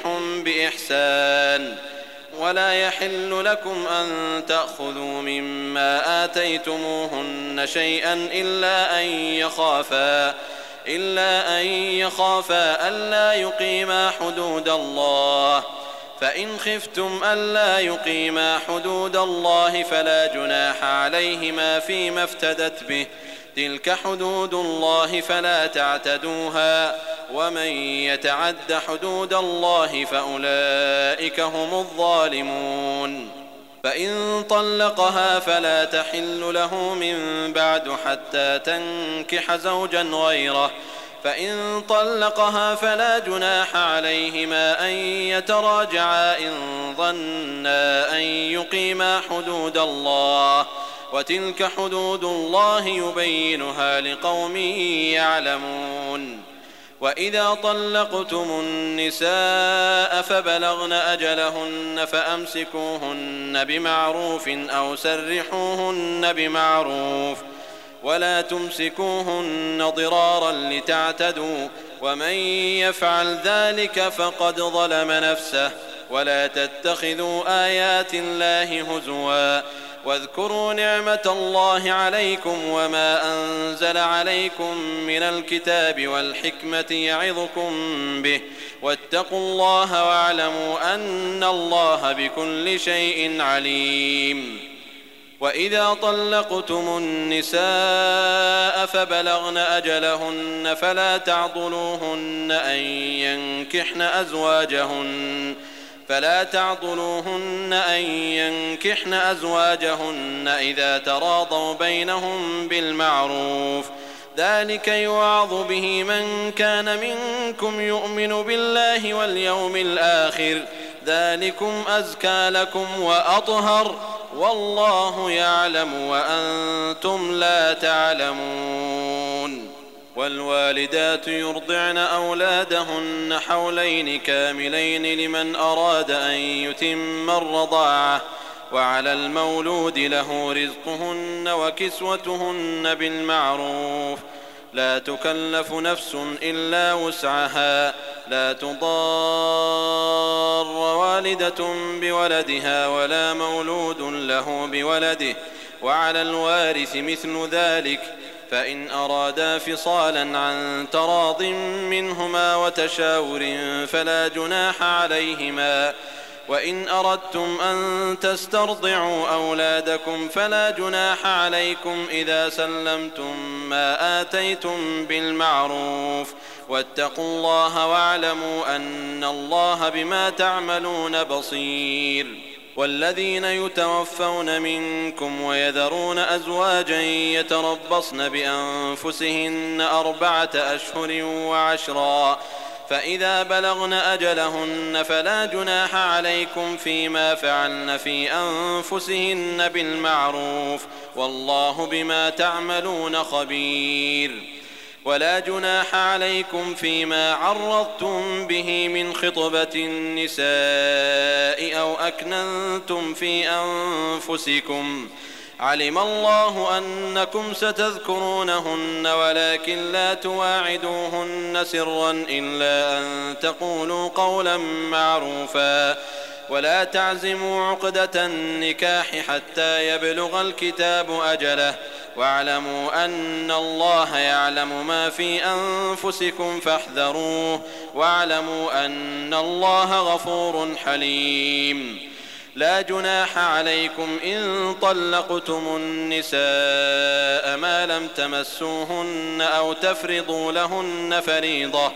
بإحسان ولا يحل لكم أن تأخذوا مما آتيتموهن شيئا إلا أن يخافا إلا أن يخافا ألا يقيما حدود الله فإن خفتم ألا يقيما حدود الله فلا جناح عليهما فيما افتدت به تلك حدود الله فلا تعتدوها ومن يتعد حدود الله فأولئك هم الظالمون فإن طلقها فلا تحل له من بعد حتى تنكح زوجا غيره فإن طلقها فلا جناح عليهما أن يتراجعا إن ظنا أن يقيما حدود الله، وتلك حدود الله يبينها لقوم يعلمون. وإذا طلقتم النساء فبلغن أجلهن فأمسكوهن بمعروف أو سرحوهن بمعروف، ولا تمسكوهن ضرارا لتعتدوا، ومن يفعل ذلك فقد ظلم نفسه. ولا تتخذوا آيات الله هزوا، واذكروا نعمة الله عليكم وما أنزل عليكم من الكتاب والحكمة يعظكم به، واتقوا الله واعلموا أن الله بكل شيء عليم. وإذا طلقتم النساء فبلغن أجلهن فلا تعضلوهن أن ينكحن أزواجهن فلا تعضلوهن أن ينكحن أزواجهن إذا تراضوا بينهم بالمعروف، ذلك يوعظ به من كان منكم يؤمن بالله واليوم الآخر، ذلكم أزكى لكم وأطهر، والله يعلم وأنتم لا تعلمون. والوالدات يرضعن أولادهن حولين كاملين لمن أراد أن يتم الرضاعة، وعلى المولود له رزقهن وكسوتهن بالمعروف، لا تكلف نفس إلا وسعها، لا تضار والدة بولدها ولا مولود له بولده، وعلى الوارث مثل ذلك، فإن أرادا فصالا عن تراض منهما وتشاور فلا جناح عليهما. وإن أردتم أن تسترضعوا أولادكم فلا جناح عليكم إذا سلمتم ما آتيتم بالمعروف، واتقوا الله واعلموا أن الله بما تعملون بصير. والذين يتوفون منكم ويذرون أزواجا يتربصن بأنفسهن أربعة أشهر وعشرا، فإذا بلغن أجلهن فلا جناح عليكم فيما فعلن في أنفسهن بالمعروف، والله بما تعملون خبير. ولا جناح عليكم فيما عرضتم به من خطبة النساء أو أكننتم في أنفسكم، علم الله أنكم ستذكرونهن ولكن لا تواعدوهن سرا إلا أن تقولوا قولا معروفا، ولا تعزموا عقدة النكاح حتى يبلغ الكتاب أجله، واعلموا أن الله يعلم ما في أنفسكم فاحذروه، واعلموا أن الله غفور حليم. لا جناح عليكم إن طلقتم النساء ما لم تمسوهن أو تفرضوا لهن فريضة،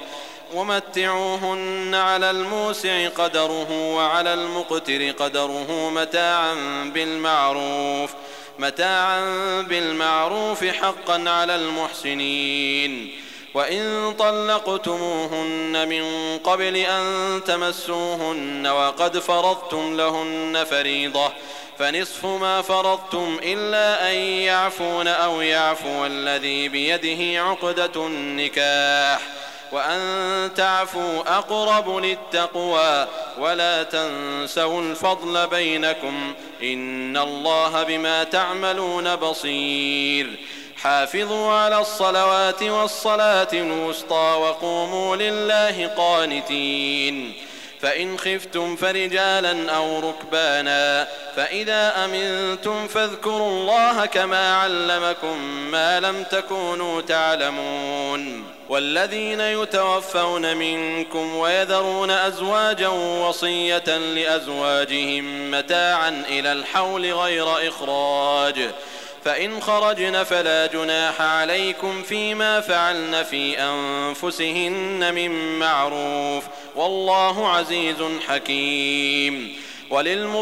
ومتعوهن على الموسع قدره وعلى المقتر قدره متاعا بالمعروف متاعا بالمعروف حقا على المحسنين. وإن طلقتموهن من قبل أن تمسوهن وقد فرضتم لهن فريضة فنصف ما فرضتم إلا أن يعفون أو يعفو الذي بيده عقدة النكاح، وأن تعفوا أقرب للتقوى، ولا تنسوا الفضل بينكم، إن الله بما تعملون بصير. حافظوا على الصلوات والصلاة الوسطى وقوموا لله قانتين. فإن خفتم فرجالا أو ركبانا فإذا أمنتم فاذكروا الله كما علمكم ما لم تكونوا تعلمون. والذين يتوفون منكم ويذرون أزواجا وصية لأزواجهم متاعا إلى الحول غير إخراج، فإن خرجن فلا جناح عليكم فيما فعلن في أنفسهن من معروف، والله عزيز حكيم.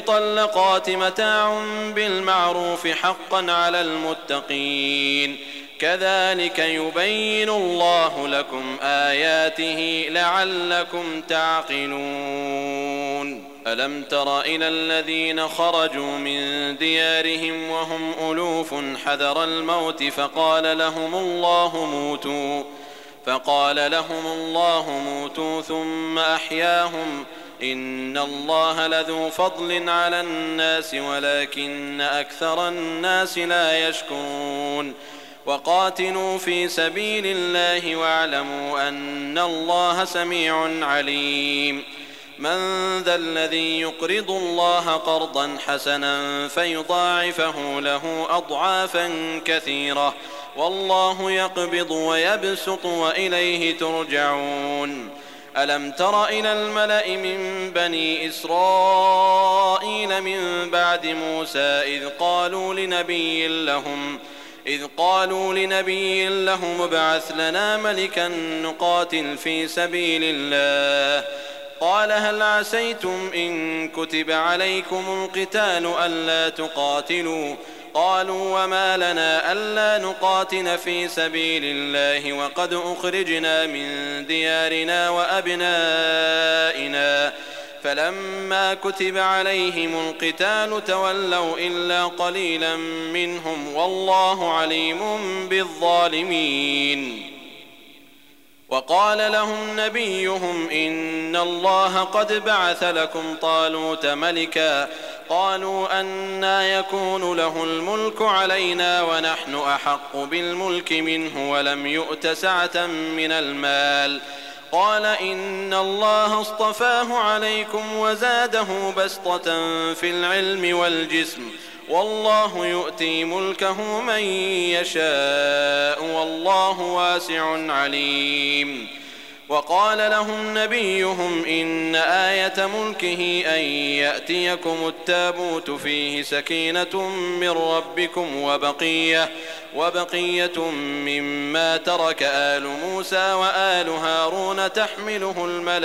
وللمطلقات متاع بالمعروف حقا على المتقين. كذلك يبين الله لكم آياته لعلكم تعقلون ألم تر إلى الذين خرجوا من ديارهم وهم ألوف حذر الموت فقال لهم الله موتوا فقال لهم الله موتوا ثم أحياهم إن الله لذو فضل على الناس ولكن أكثر الناس لا يشكرون وقاتلوا في سبيل الله واعلموا أن الله سميع عليم من ذا الذي يقرض الله قرضا حسنا فيضاعفه له أضعافا كثيرة والله يقبض ويبسط وإليه ترجعون ألم تر إلى الملأ من بني إسرائيل من بعد موسى إذ قالوا لنبي لهم إذ قالوا لنبي لهم ابعث لنا ملكا نقاتل في سبيل الله قال هل عسيتم إن كتب عليكم القتال ألا تقاتلوا قالوا وما لنا ألا نقاتل في سبيل الله وقد أخرجنا من ديارنا وأبنائنا فلما كتب عليهم القتال تولوا إلا قليلا منهم والله عليم بالظالمين وقال لهم نبيهم إن الله قد بعث لكم طالوت ملكا قالوا أنى يكون له الملك علينا ونحن أحق بالملك منه ولم يؤت سعة من المال قال إن الله اصطفاه عليكم وزاده بسطة في العلم والجسم والله يؤتي ملكه من يشاء والله واسع عليم وقال لهم نبيهم إن آية ملكه أن يأتيكم التابوت فيه سكينة من ربكم وبقية وبقية مما ترك آل موسى وآل هارون تحمله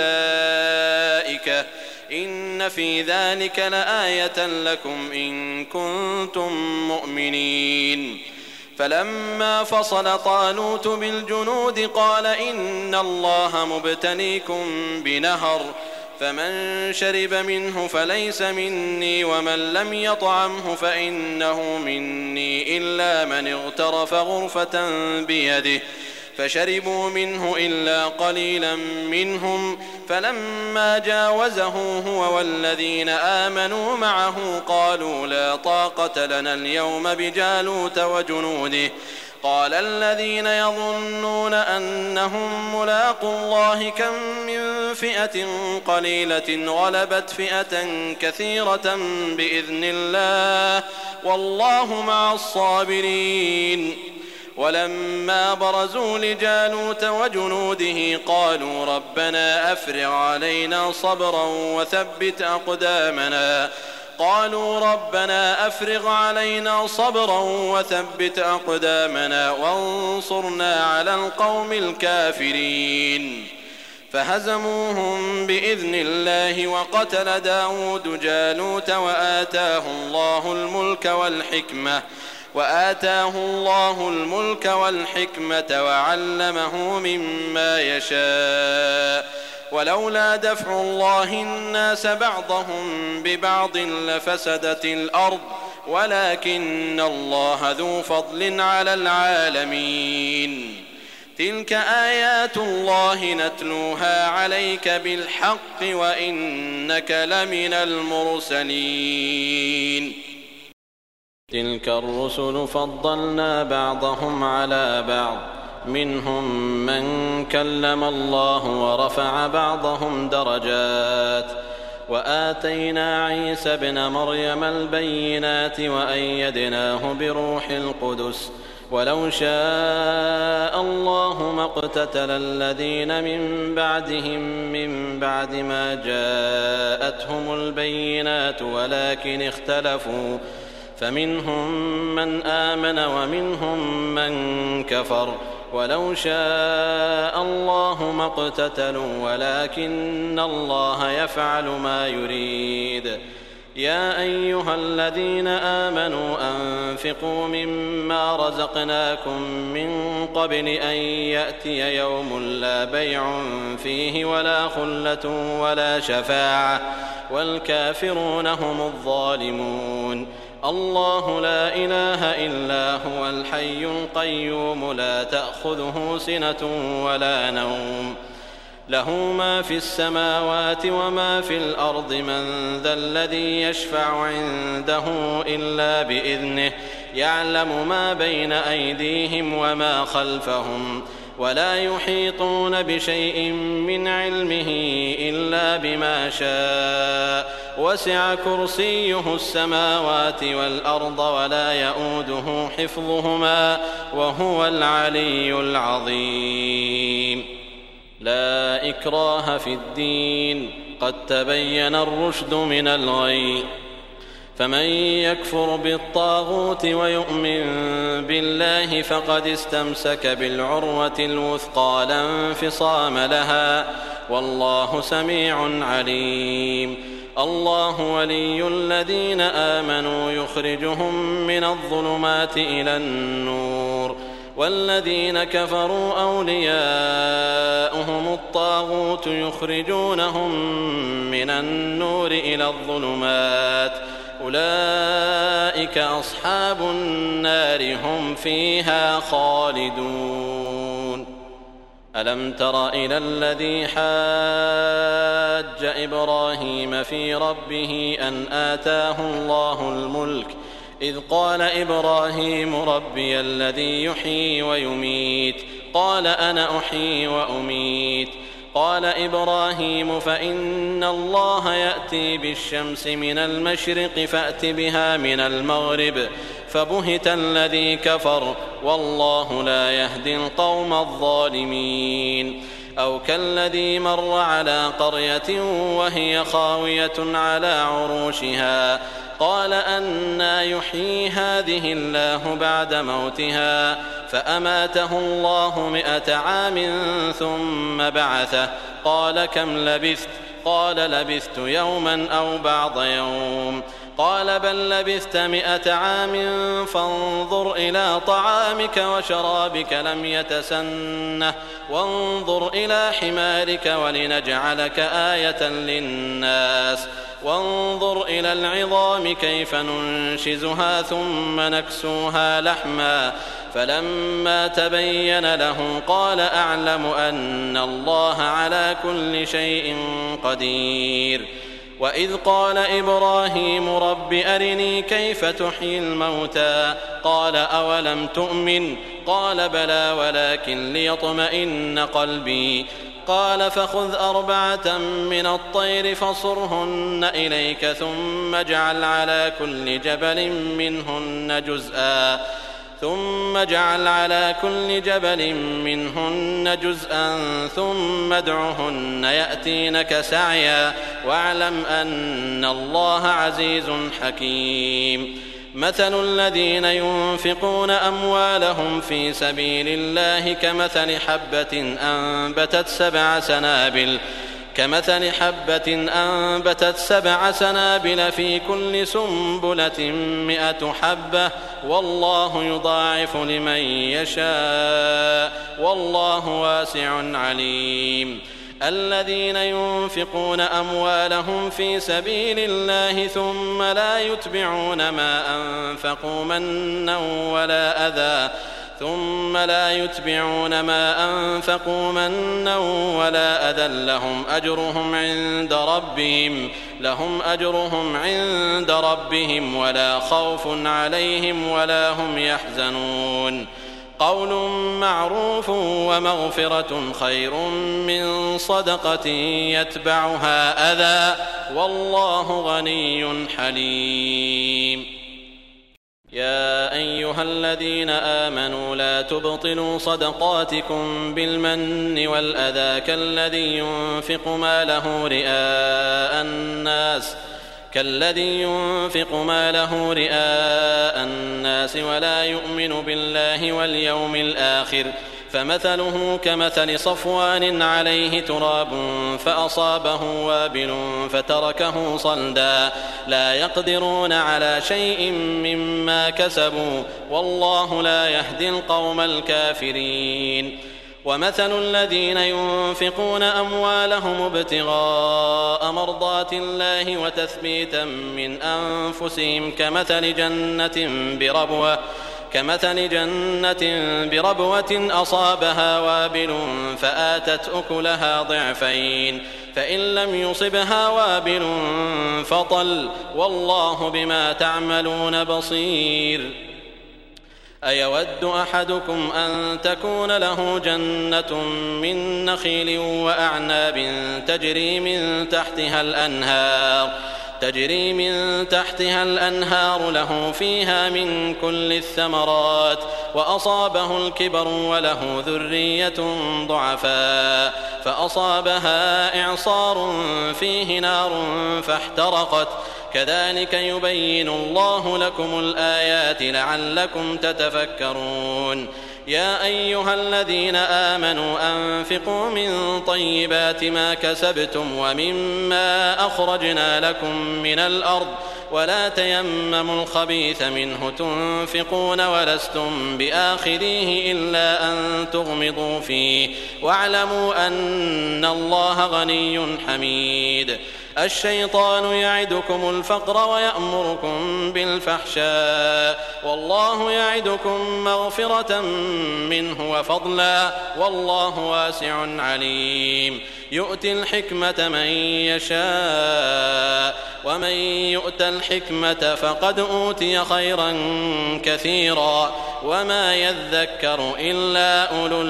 الملائكة إن في ذلك لآية لكم إن كنتم مؤمنين فلما فصل طالوت بالجنود قال إن الله مبتليكم بنهر فمن شرب منه فليس مني ومن لم يطعمه فإنه مني إلا من اغترف غرفة بيده فشربوا منه إلا قليلا منهم فلما جاوزه هو والذين آمنوا معه قالوا لا طاقة لنا اليوم بجالوت وجنوده قال الذين يظنون أنهم ملاقوا الله كم من فئة قليلة غلبت فئة كثيرة بإذن الله والله مع الصابرين ولما برزوا لجالوت وجنوده قالوا ربنا أفرغ علينا صبرا وثبت أقدامنا قالوا ربنا أفرغ علينا صبرا وثبت أقدامنا وانصرنا على القوم الكافرين فهزموهم بإذن الله وقتل داود جالوت وآتاه الله الملك والحكمة وآتاه الله الملك والحكمة وعلمه مما يشاء ولولا دفع الله الناس بعضهم ببعض لفسدت الأرض ولكن الله ذو فضل على العالمين تلك آيات الله نتلوها عليك بالحق وإنك لمن المرسلين تلك الرسل فضلنا بعضهم على بعض منهم من كلم الله ورفع بعضهم درجات وآتينا عيسى ابن مريم البينات وأيدناه بروح القدس ولو شاء الله ما اقتتل الذين من بعدهم من بعد ما جاءتهم البينات ولكن اختلفوا فمنهم من آمن ومنهم من كفر ولو شاء الله ما اقتتلوا ولكن الله يفعل ما يريد يا أيها الذين آمنوا أنفقوا مما رزقناكم من قبل أن يأتي يوم لا بيع فيه ولا خلة ولا شفاعة والكافرون هم الظالمون. الله لا إله إلا هو الحي القيوم لا تأخذه سنة ولا نوم له ما في السماوات وما في الأرض من ذا الذي يشفع عنده إلا بإذنه يعلم ما بين أيديهم وما خلفهم ولا يحيطون بشيء من علمه إلا بما شاء وسع كرسيه السماوات والأرض ولا يؤوده حفظهما وهو العلي العظيم. لا إكراه في الدين قد تبين الرشد من الغي فمن يكفر بالطاغوت ويؤمن بالله فقد استمسك بالعروة الوثقى لا انفصام لها والله سميع عليم. الله ولي الذين آمنوا يخرجهم من الظلمات إلى النور والذين كفروا أولياؤهم الطاغوت يخرجونهم من النور إلى الظلمات أولئك أصحاب النار هم فيها خالدون. ألم تر إلى الذي حاج إبراهيم في ربه أن آتاه الله الملك إذ قال إبراهيم ربي الذي يحيي ويميت قال أنا أحيي وأميت قال إبراهيم فإن الله يأتي بالشمس من المشرق فأت بها من المغرب فبهت الذي كفر والله لا يهدي القوم الظالمين. أو كالذي مر على قرية وهي خاوية على عروشها قال أنى يحيي هذه الله بعد موتها فأماته الله مئة عام ثم بعثه قال كم لبثت قال لبثت يوما أو بعض يوم قال بل لبثت مئة عام فانظر إلى طعامك وشرابك لم يتسنه وانظر إلى حمارك ولنجعلك آية للناس وانظر إلى العظام كيف ننشزها ثم نكسوها لحما فلما تبين له قال أعلم أن الله على كل شيء قدير. وإذ قال إبراهيم رب أرني كيف تحيي الموتى قال أولم تؤمن قال بلى ولكن ليطمئن قلبي قال فخذ أربعة من الطير فصرهن إليك ثم اجعل على كل جبل منهن جزءا ثم اجعل على كل جبل منهن جزءا ثم ادعهن يأتينك سعيا واعلم أن الله عزيز حكيم. مثل الذين ينفقون أموالهم في سبيل الله كمثل حبة أنبتت سبع سنابل كمثل حبة أنبتت سبع سنابل في كل سنبلة مئة حبة والله يضاعف لمن يشاء والله واسع عليم. الذين ينفقون أموالهم في سبيل الله ثم لا يتبعون ما أنفقوا منا ولا أذى ثم لا يتبعون ما أنفقوا منا ولا أذى لهم أجرهم عند ربهم لهم أجرهم عند ربهم ولا خوف عليهم ولا هم يحزنون. قول معروف ومغفرة خير من صدقة يتبعها أذى والله غني حليم. يا أيها الذين آمنوا لا تبطلوا صدقاتكم بالمن والأذى كالذي ينفق ماله رئاء الناس كالذي ينفق ماله رئاء الناس ولا يؤمن بالله واليوم الآخر فمثله كمثل صفوان عليه تراب فأصابه وابل فتركه صلدا لا يقدرون على شيء مما كسبوا والله لا يهدي القوم الكافرين. ومثل الذين ينفقون أموالهم ابتغاء مرضات الله وتثبيتا من أنفسهم كمثل جنة بربوة كمثل جنة بربوة أصابها وابل فآتت أكلها ضعفين فإن لم يصبها وابل فطل والله بما تعملون بصير. أيود أحدكم أن تكون له جنة من نخيل وأعناب تجري من تحتها الأنهار تجري من تحتها الأنهار له فيها من كل الثمرات وأصابه الكبر وله ذرية ضعفاء فأصابها إعصار فيه نار فاحترقت كذلك يبين الله لكم الآيات لعلكم تتفكرون. يا أيها الذين آمنوا أنفقوا من طيبات ما كسبتم ومما أخرجنا لكم من الأرض ولا تيمموا الخبيث منه تنفقون ولستم بآخذيه إلا أن تغمضوا فيه واعلموا أن الله غني حميد. الشيطان يعدكم الفقر ويأمركم بالفحشاء والله يعدكم مغفرة منه وفضلا والله واسع عليم. يؤتي الحكمة من يشاء ومن يؤت الحكمة فقد أوتي خيرا كثيرا وما يذكر إلا أولو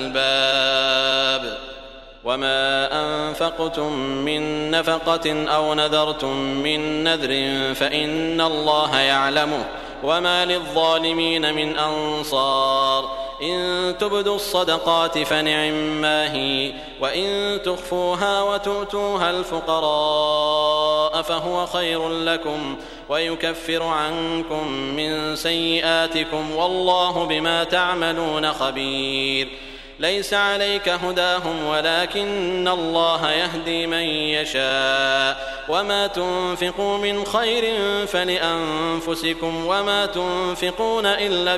الألباب. وما أنفقتم من نفقة أو نذرتم من نذر فإن الله يعلمه وما للظالمين من أنصار. إن تبدوا الصدقات فنعما هي وإن تخفوها وتؤتوها الفقراء فهو خير لكم ويكفر عنكم من سيئاتكم والله بما تعملون خبير. ليس عليك هداهم ولكن الله يهدي من يشاء وما تنفقوا من خير فلأنفسكم وما تنفقون إلا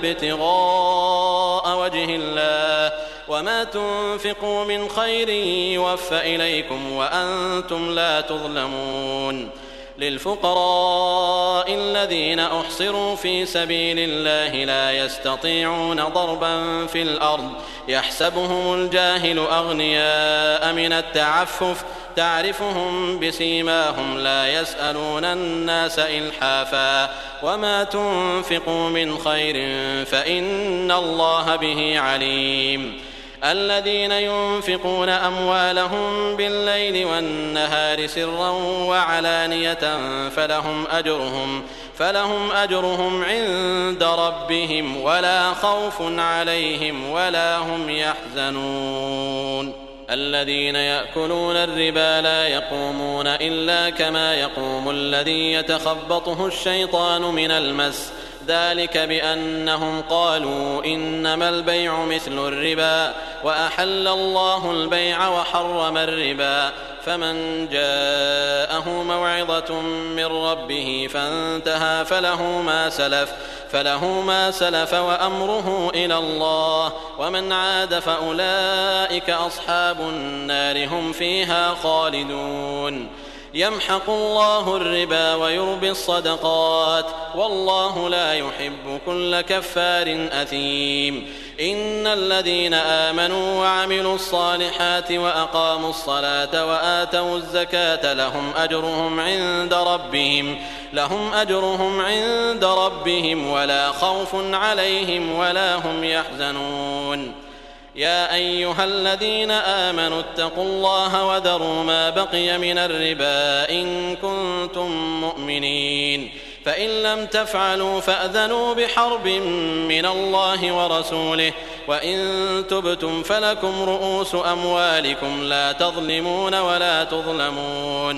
ابتغاء وجه الله وما تنفقوا من خير يوفى إليكم وأنتم لا تظلمون. للفقراء الذين أحصروا في سبيل الله لا يستطيعون ضربا في الأرض يحسبهم الجاهل أغنياء من التعفف تعرفهم بسيماهم لا يسألون الناس إلحافا وما تنفقوا من خير فإن الله به عليم. الذين ينفقون أموالهم بالليل والنهار سرا وعلانية فلهم أجرهم فلهم أجرهم عند ربهم ولا خوف عليهم ولا هم يحزنون. الذين يأكلون الربا لا يقومون إلا كما يقوم الذي يتخبطه الشيطان من المس ذلك بأنهم قالوا إنما البيع مثل الربا وأحل الله البيع وحرم الربا فمن جاءه موعظة من ربه فانتهى فله ما سلف فله ما سلف وأمره إلى الله ومن عاد فأولئك أصحاب النار هم فيها خالدون. يمحق الله الربا ويربي الصدقات والله لا يحب كل كفار أثيم. إن الذين آمنوا وعملوا الصالحات وأقاموا الصلاة وآتوا الزكاة لهم أجرهم عند ربهم لهم أجرهم عند ربهم ولا خوف عليهم ولا هم يحزنون. يا أيها الذين آمنوا اتقوا الله وذروا ما بقي من الربا إن كنتم مؤمنين فإن لم تفعلوا فأذنوا بحرب من الله ورسوله وإن تبتم فلكم رؤوس أموالكم لا تظلمون ولا تظلمون.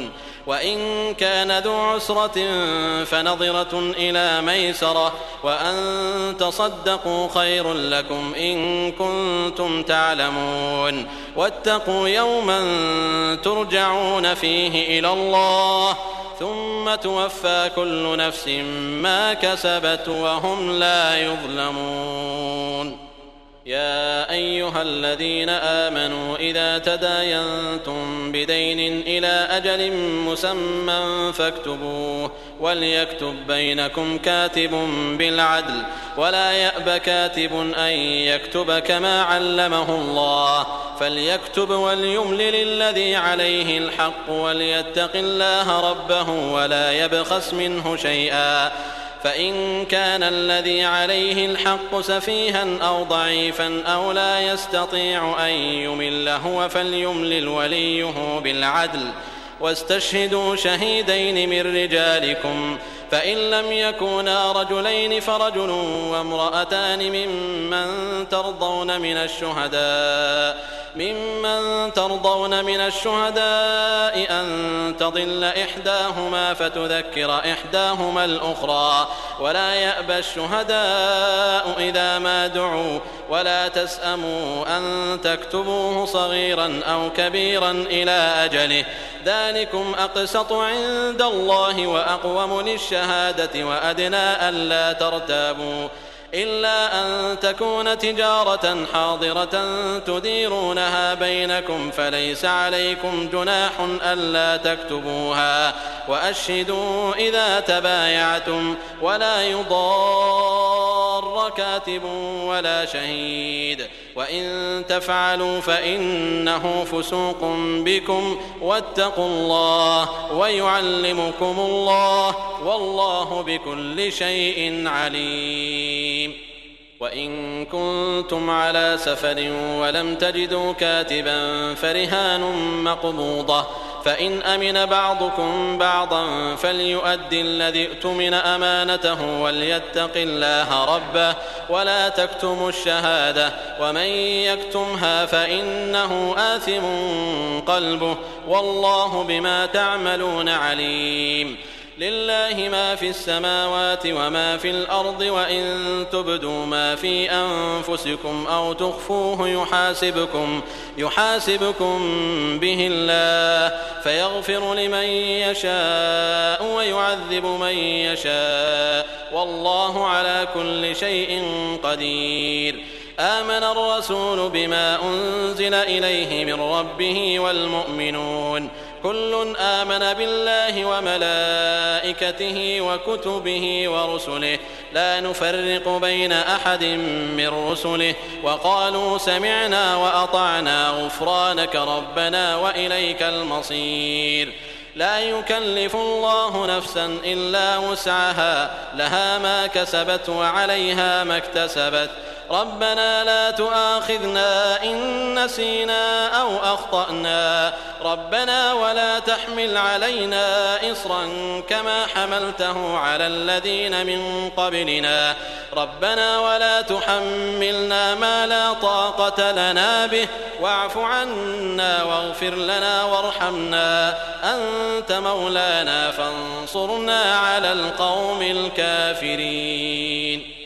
وإن كان ذو عسرة فنظرة إلى ميسرة وأن تصدقوا خير لكم إن كنتم تعلمون واتقوا يوما ترجعون فيه إلى الله ثم توفى كل نفس ما كسبت وهم لا يظلمون. يا أيها الذين آمنوا إذا تداينتم بدين إلى أجل مسمى فاكتبوه وليكتب بينكم كاتب بالعدل ولا يأب كاتب أن يكتب كما علمه الله فليكتب وليملل الذي عليه الحق وليتق الله ربه ولا يبخس منه شيئا فإن كان الذي عليه الحق سفيها أو ضعيفا أو لا يستطيع أن يمل هو فليملل وليه بالعدل واستشهدوا شهيدين من رجالكم فإن لم يكونا رجلين فرجل وامرأتان ممن ترضون من الشهداء ممن ترضون من الشهداء أن تضل إحداهما فتذكر إحداهما الأخرى ولا يأبى الشهداء إذا ما دعوا ولا تسأموا أن تكتبوه صغيرا أو كبيرا إلى أجله ذلكم أقسط عند الله وأقوم للشهادة وأدنى ألا ترتابوا إلا أن تكون تجارة حاضرة تديرونها بينكم فليس عليكم جناح ألا تكتبوها وأشهدوا إذا تبايعتم ولا يضار كاتب ولا شهيد وإن تفعلوا فإنه فسوق بكم واتقوا الله ويعلمكم الله والله بكل شيء عليم. وإن كنتم على سفر ولم تجدوا كاتبا فرهان مقبوضة فإن أمن بعضكم بعضا فليؤدي الذي اؤتمن أمانته وليتق الله ربه ولا تكتموا الشهادة ومن يكتمها فإنه آثم قلبه والله بما تعملون عليم. لله ما في السماوات وما في الأرض وإن تبدوا ما في أنفسكم أو تخفوه يحاسبكم, يحاسبكم به الله فيغفر لمن يشاء ويعذب من يشاء والله على كل شيء قدير. آمن الرسول بما أنزل إليه من ربه والمؤمنون كل آمن بالله وملائكته وكتبه ورسله لا نفرق بين أحد من رسله وقالوا سمعنا وأطعنا غفرانك ربنا وإليك المصير. لا يكلف الله نفسا إلا وسعها لها ما كسبت وعليها ما اكتسبت ربنا لا تؤاخذنا إن نسينا أو أخطأنا ربنا ولا تحمل علينا إصرا كما حملته على الذين من قبلنا ربنا ولا تحملنا ما لا طاقة لنا به واعف عنا واغفر لنا وارحمنا أنت مولانا فانصرنا على القوم الكافرين.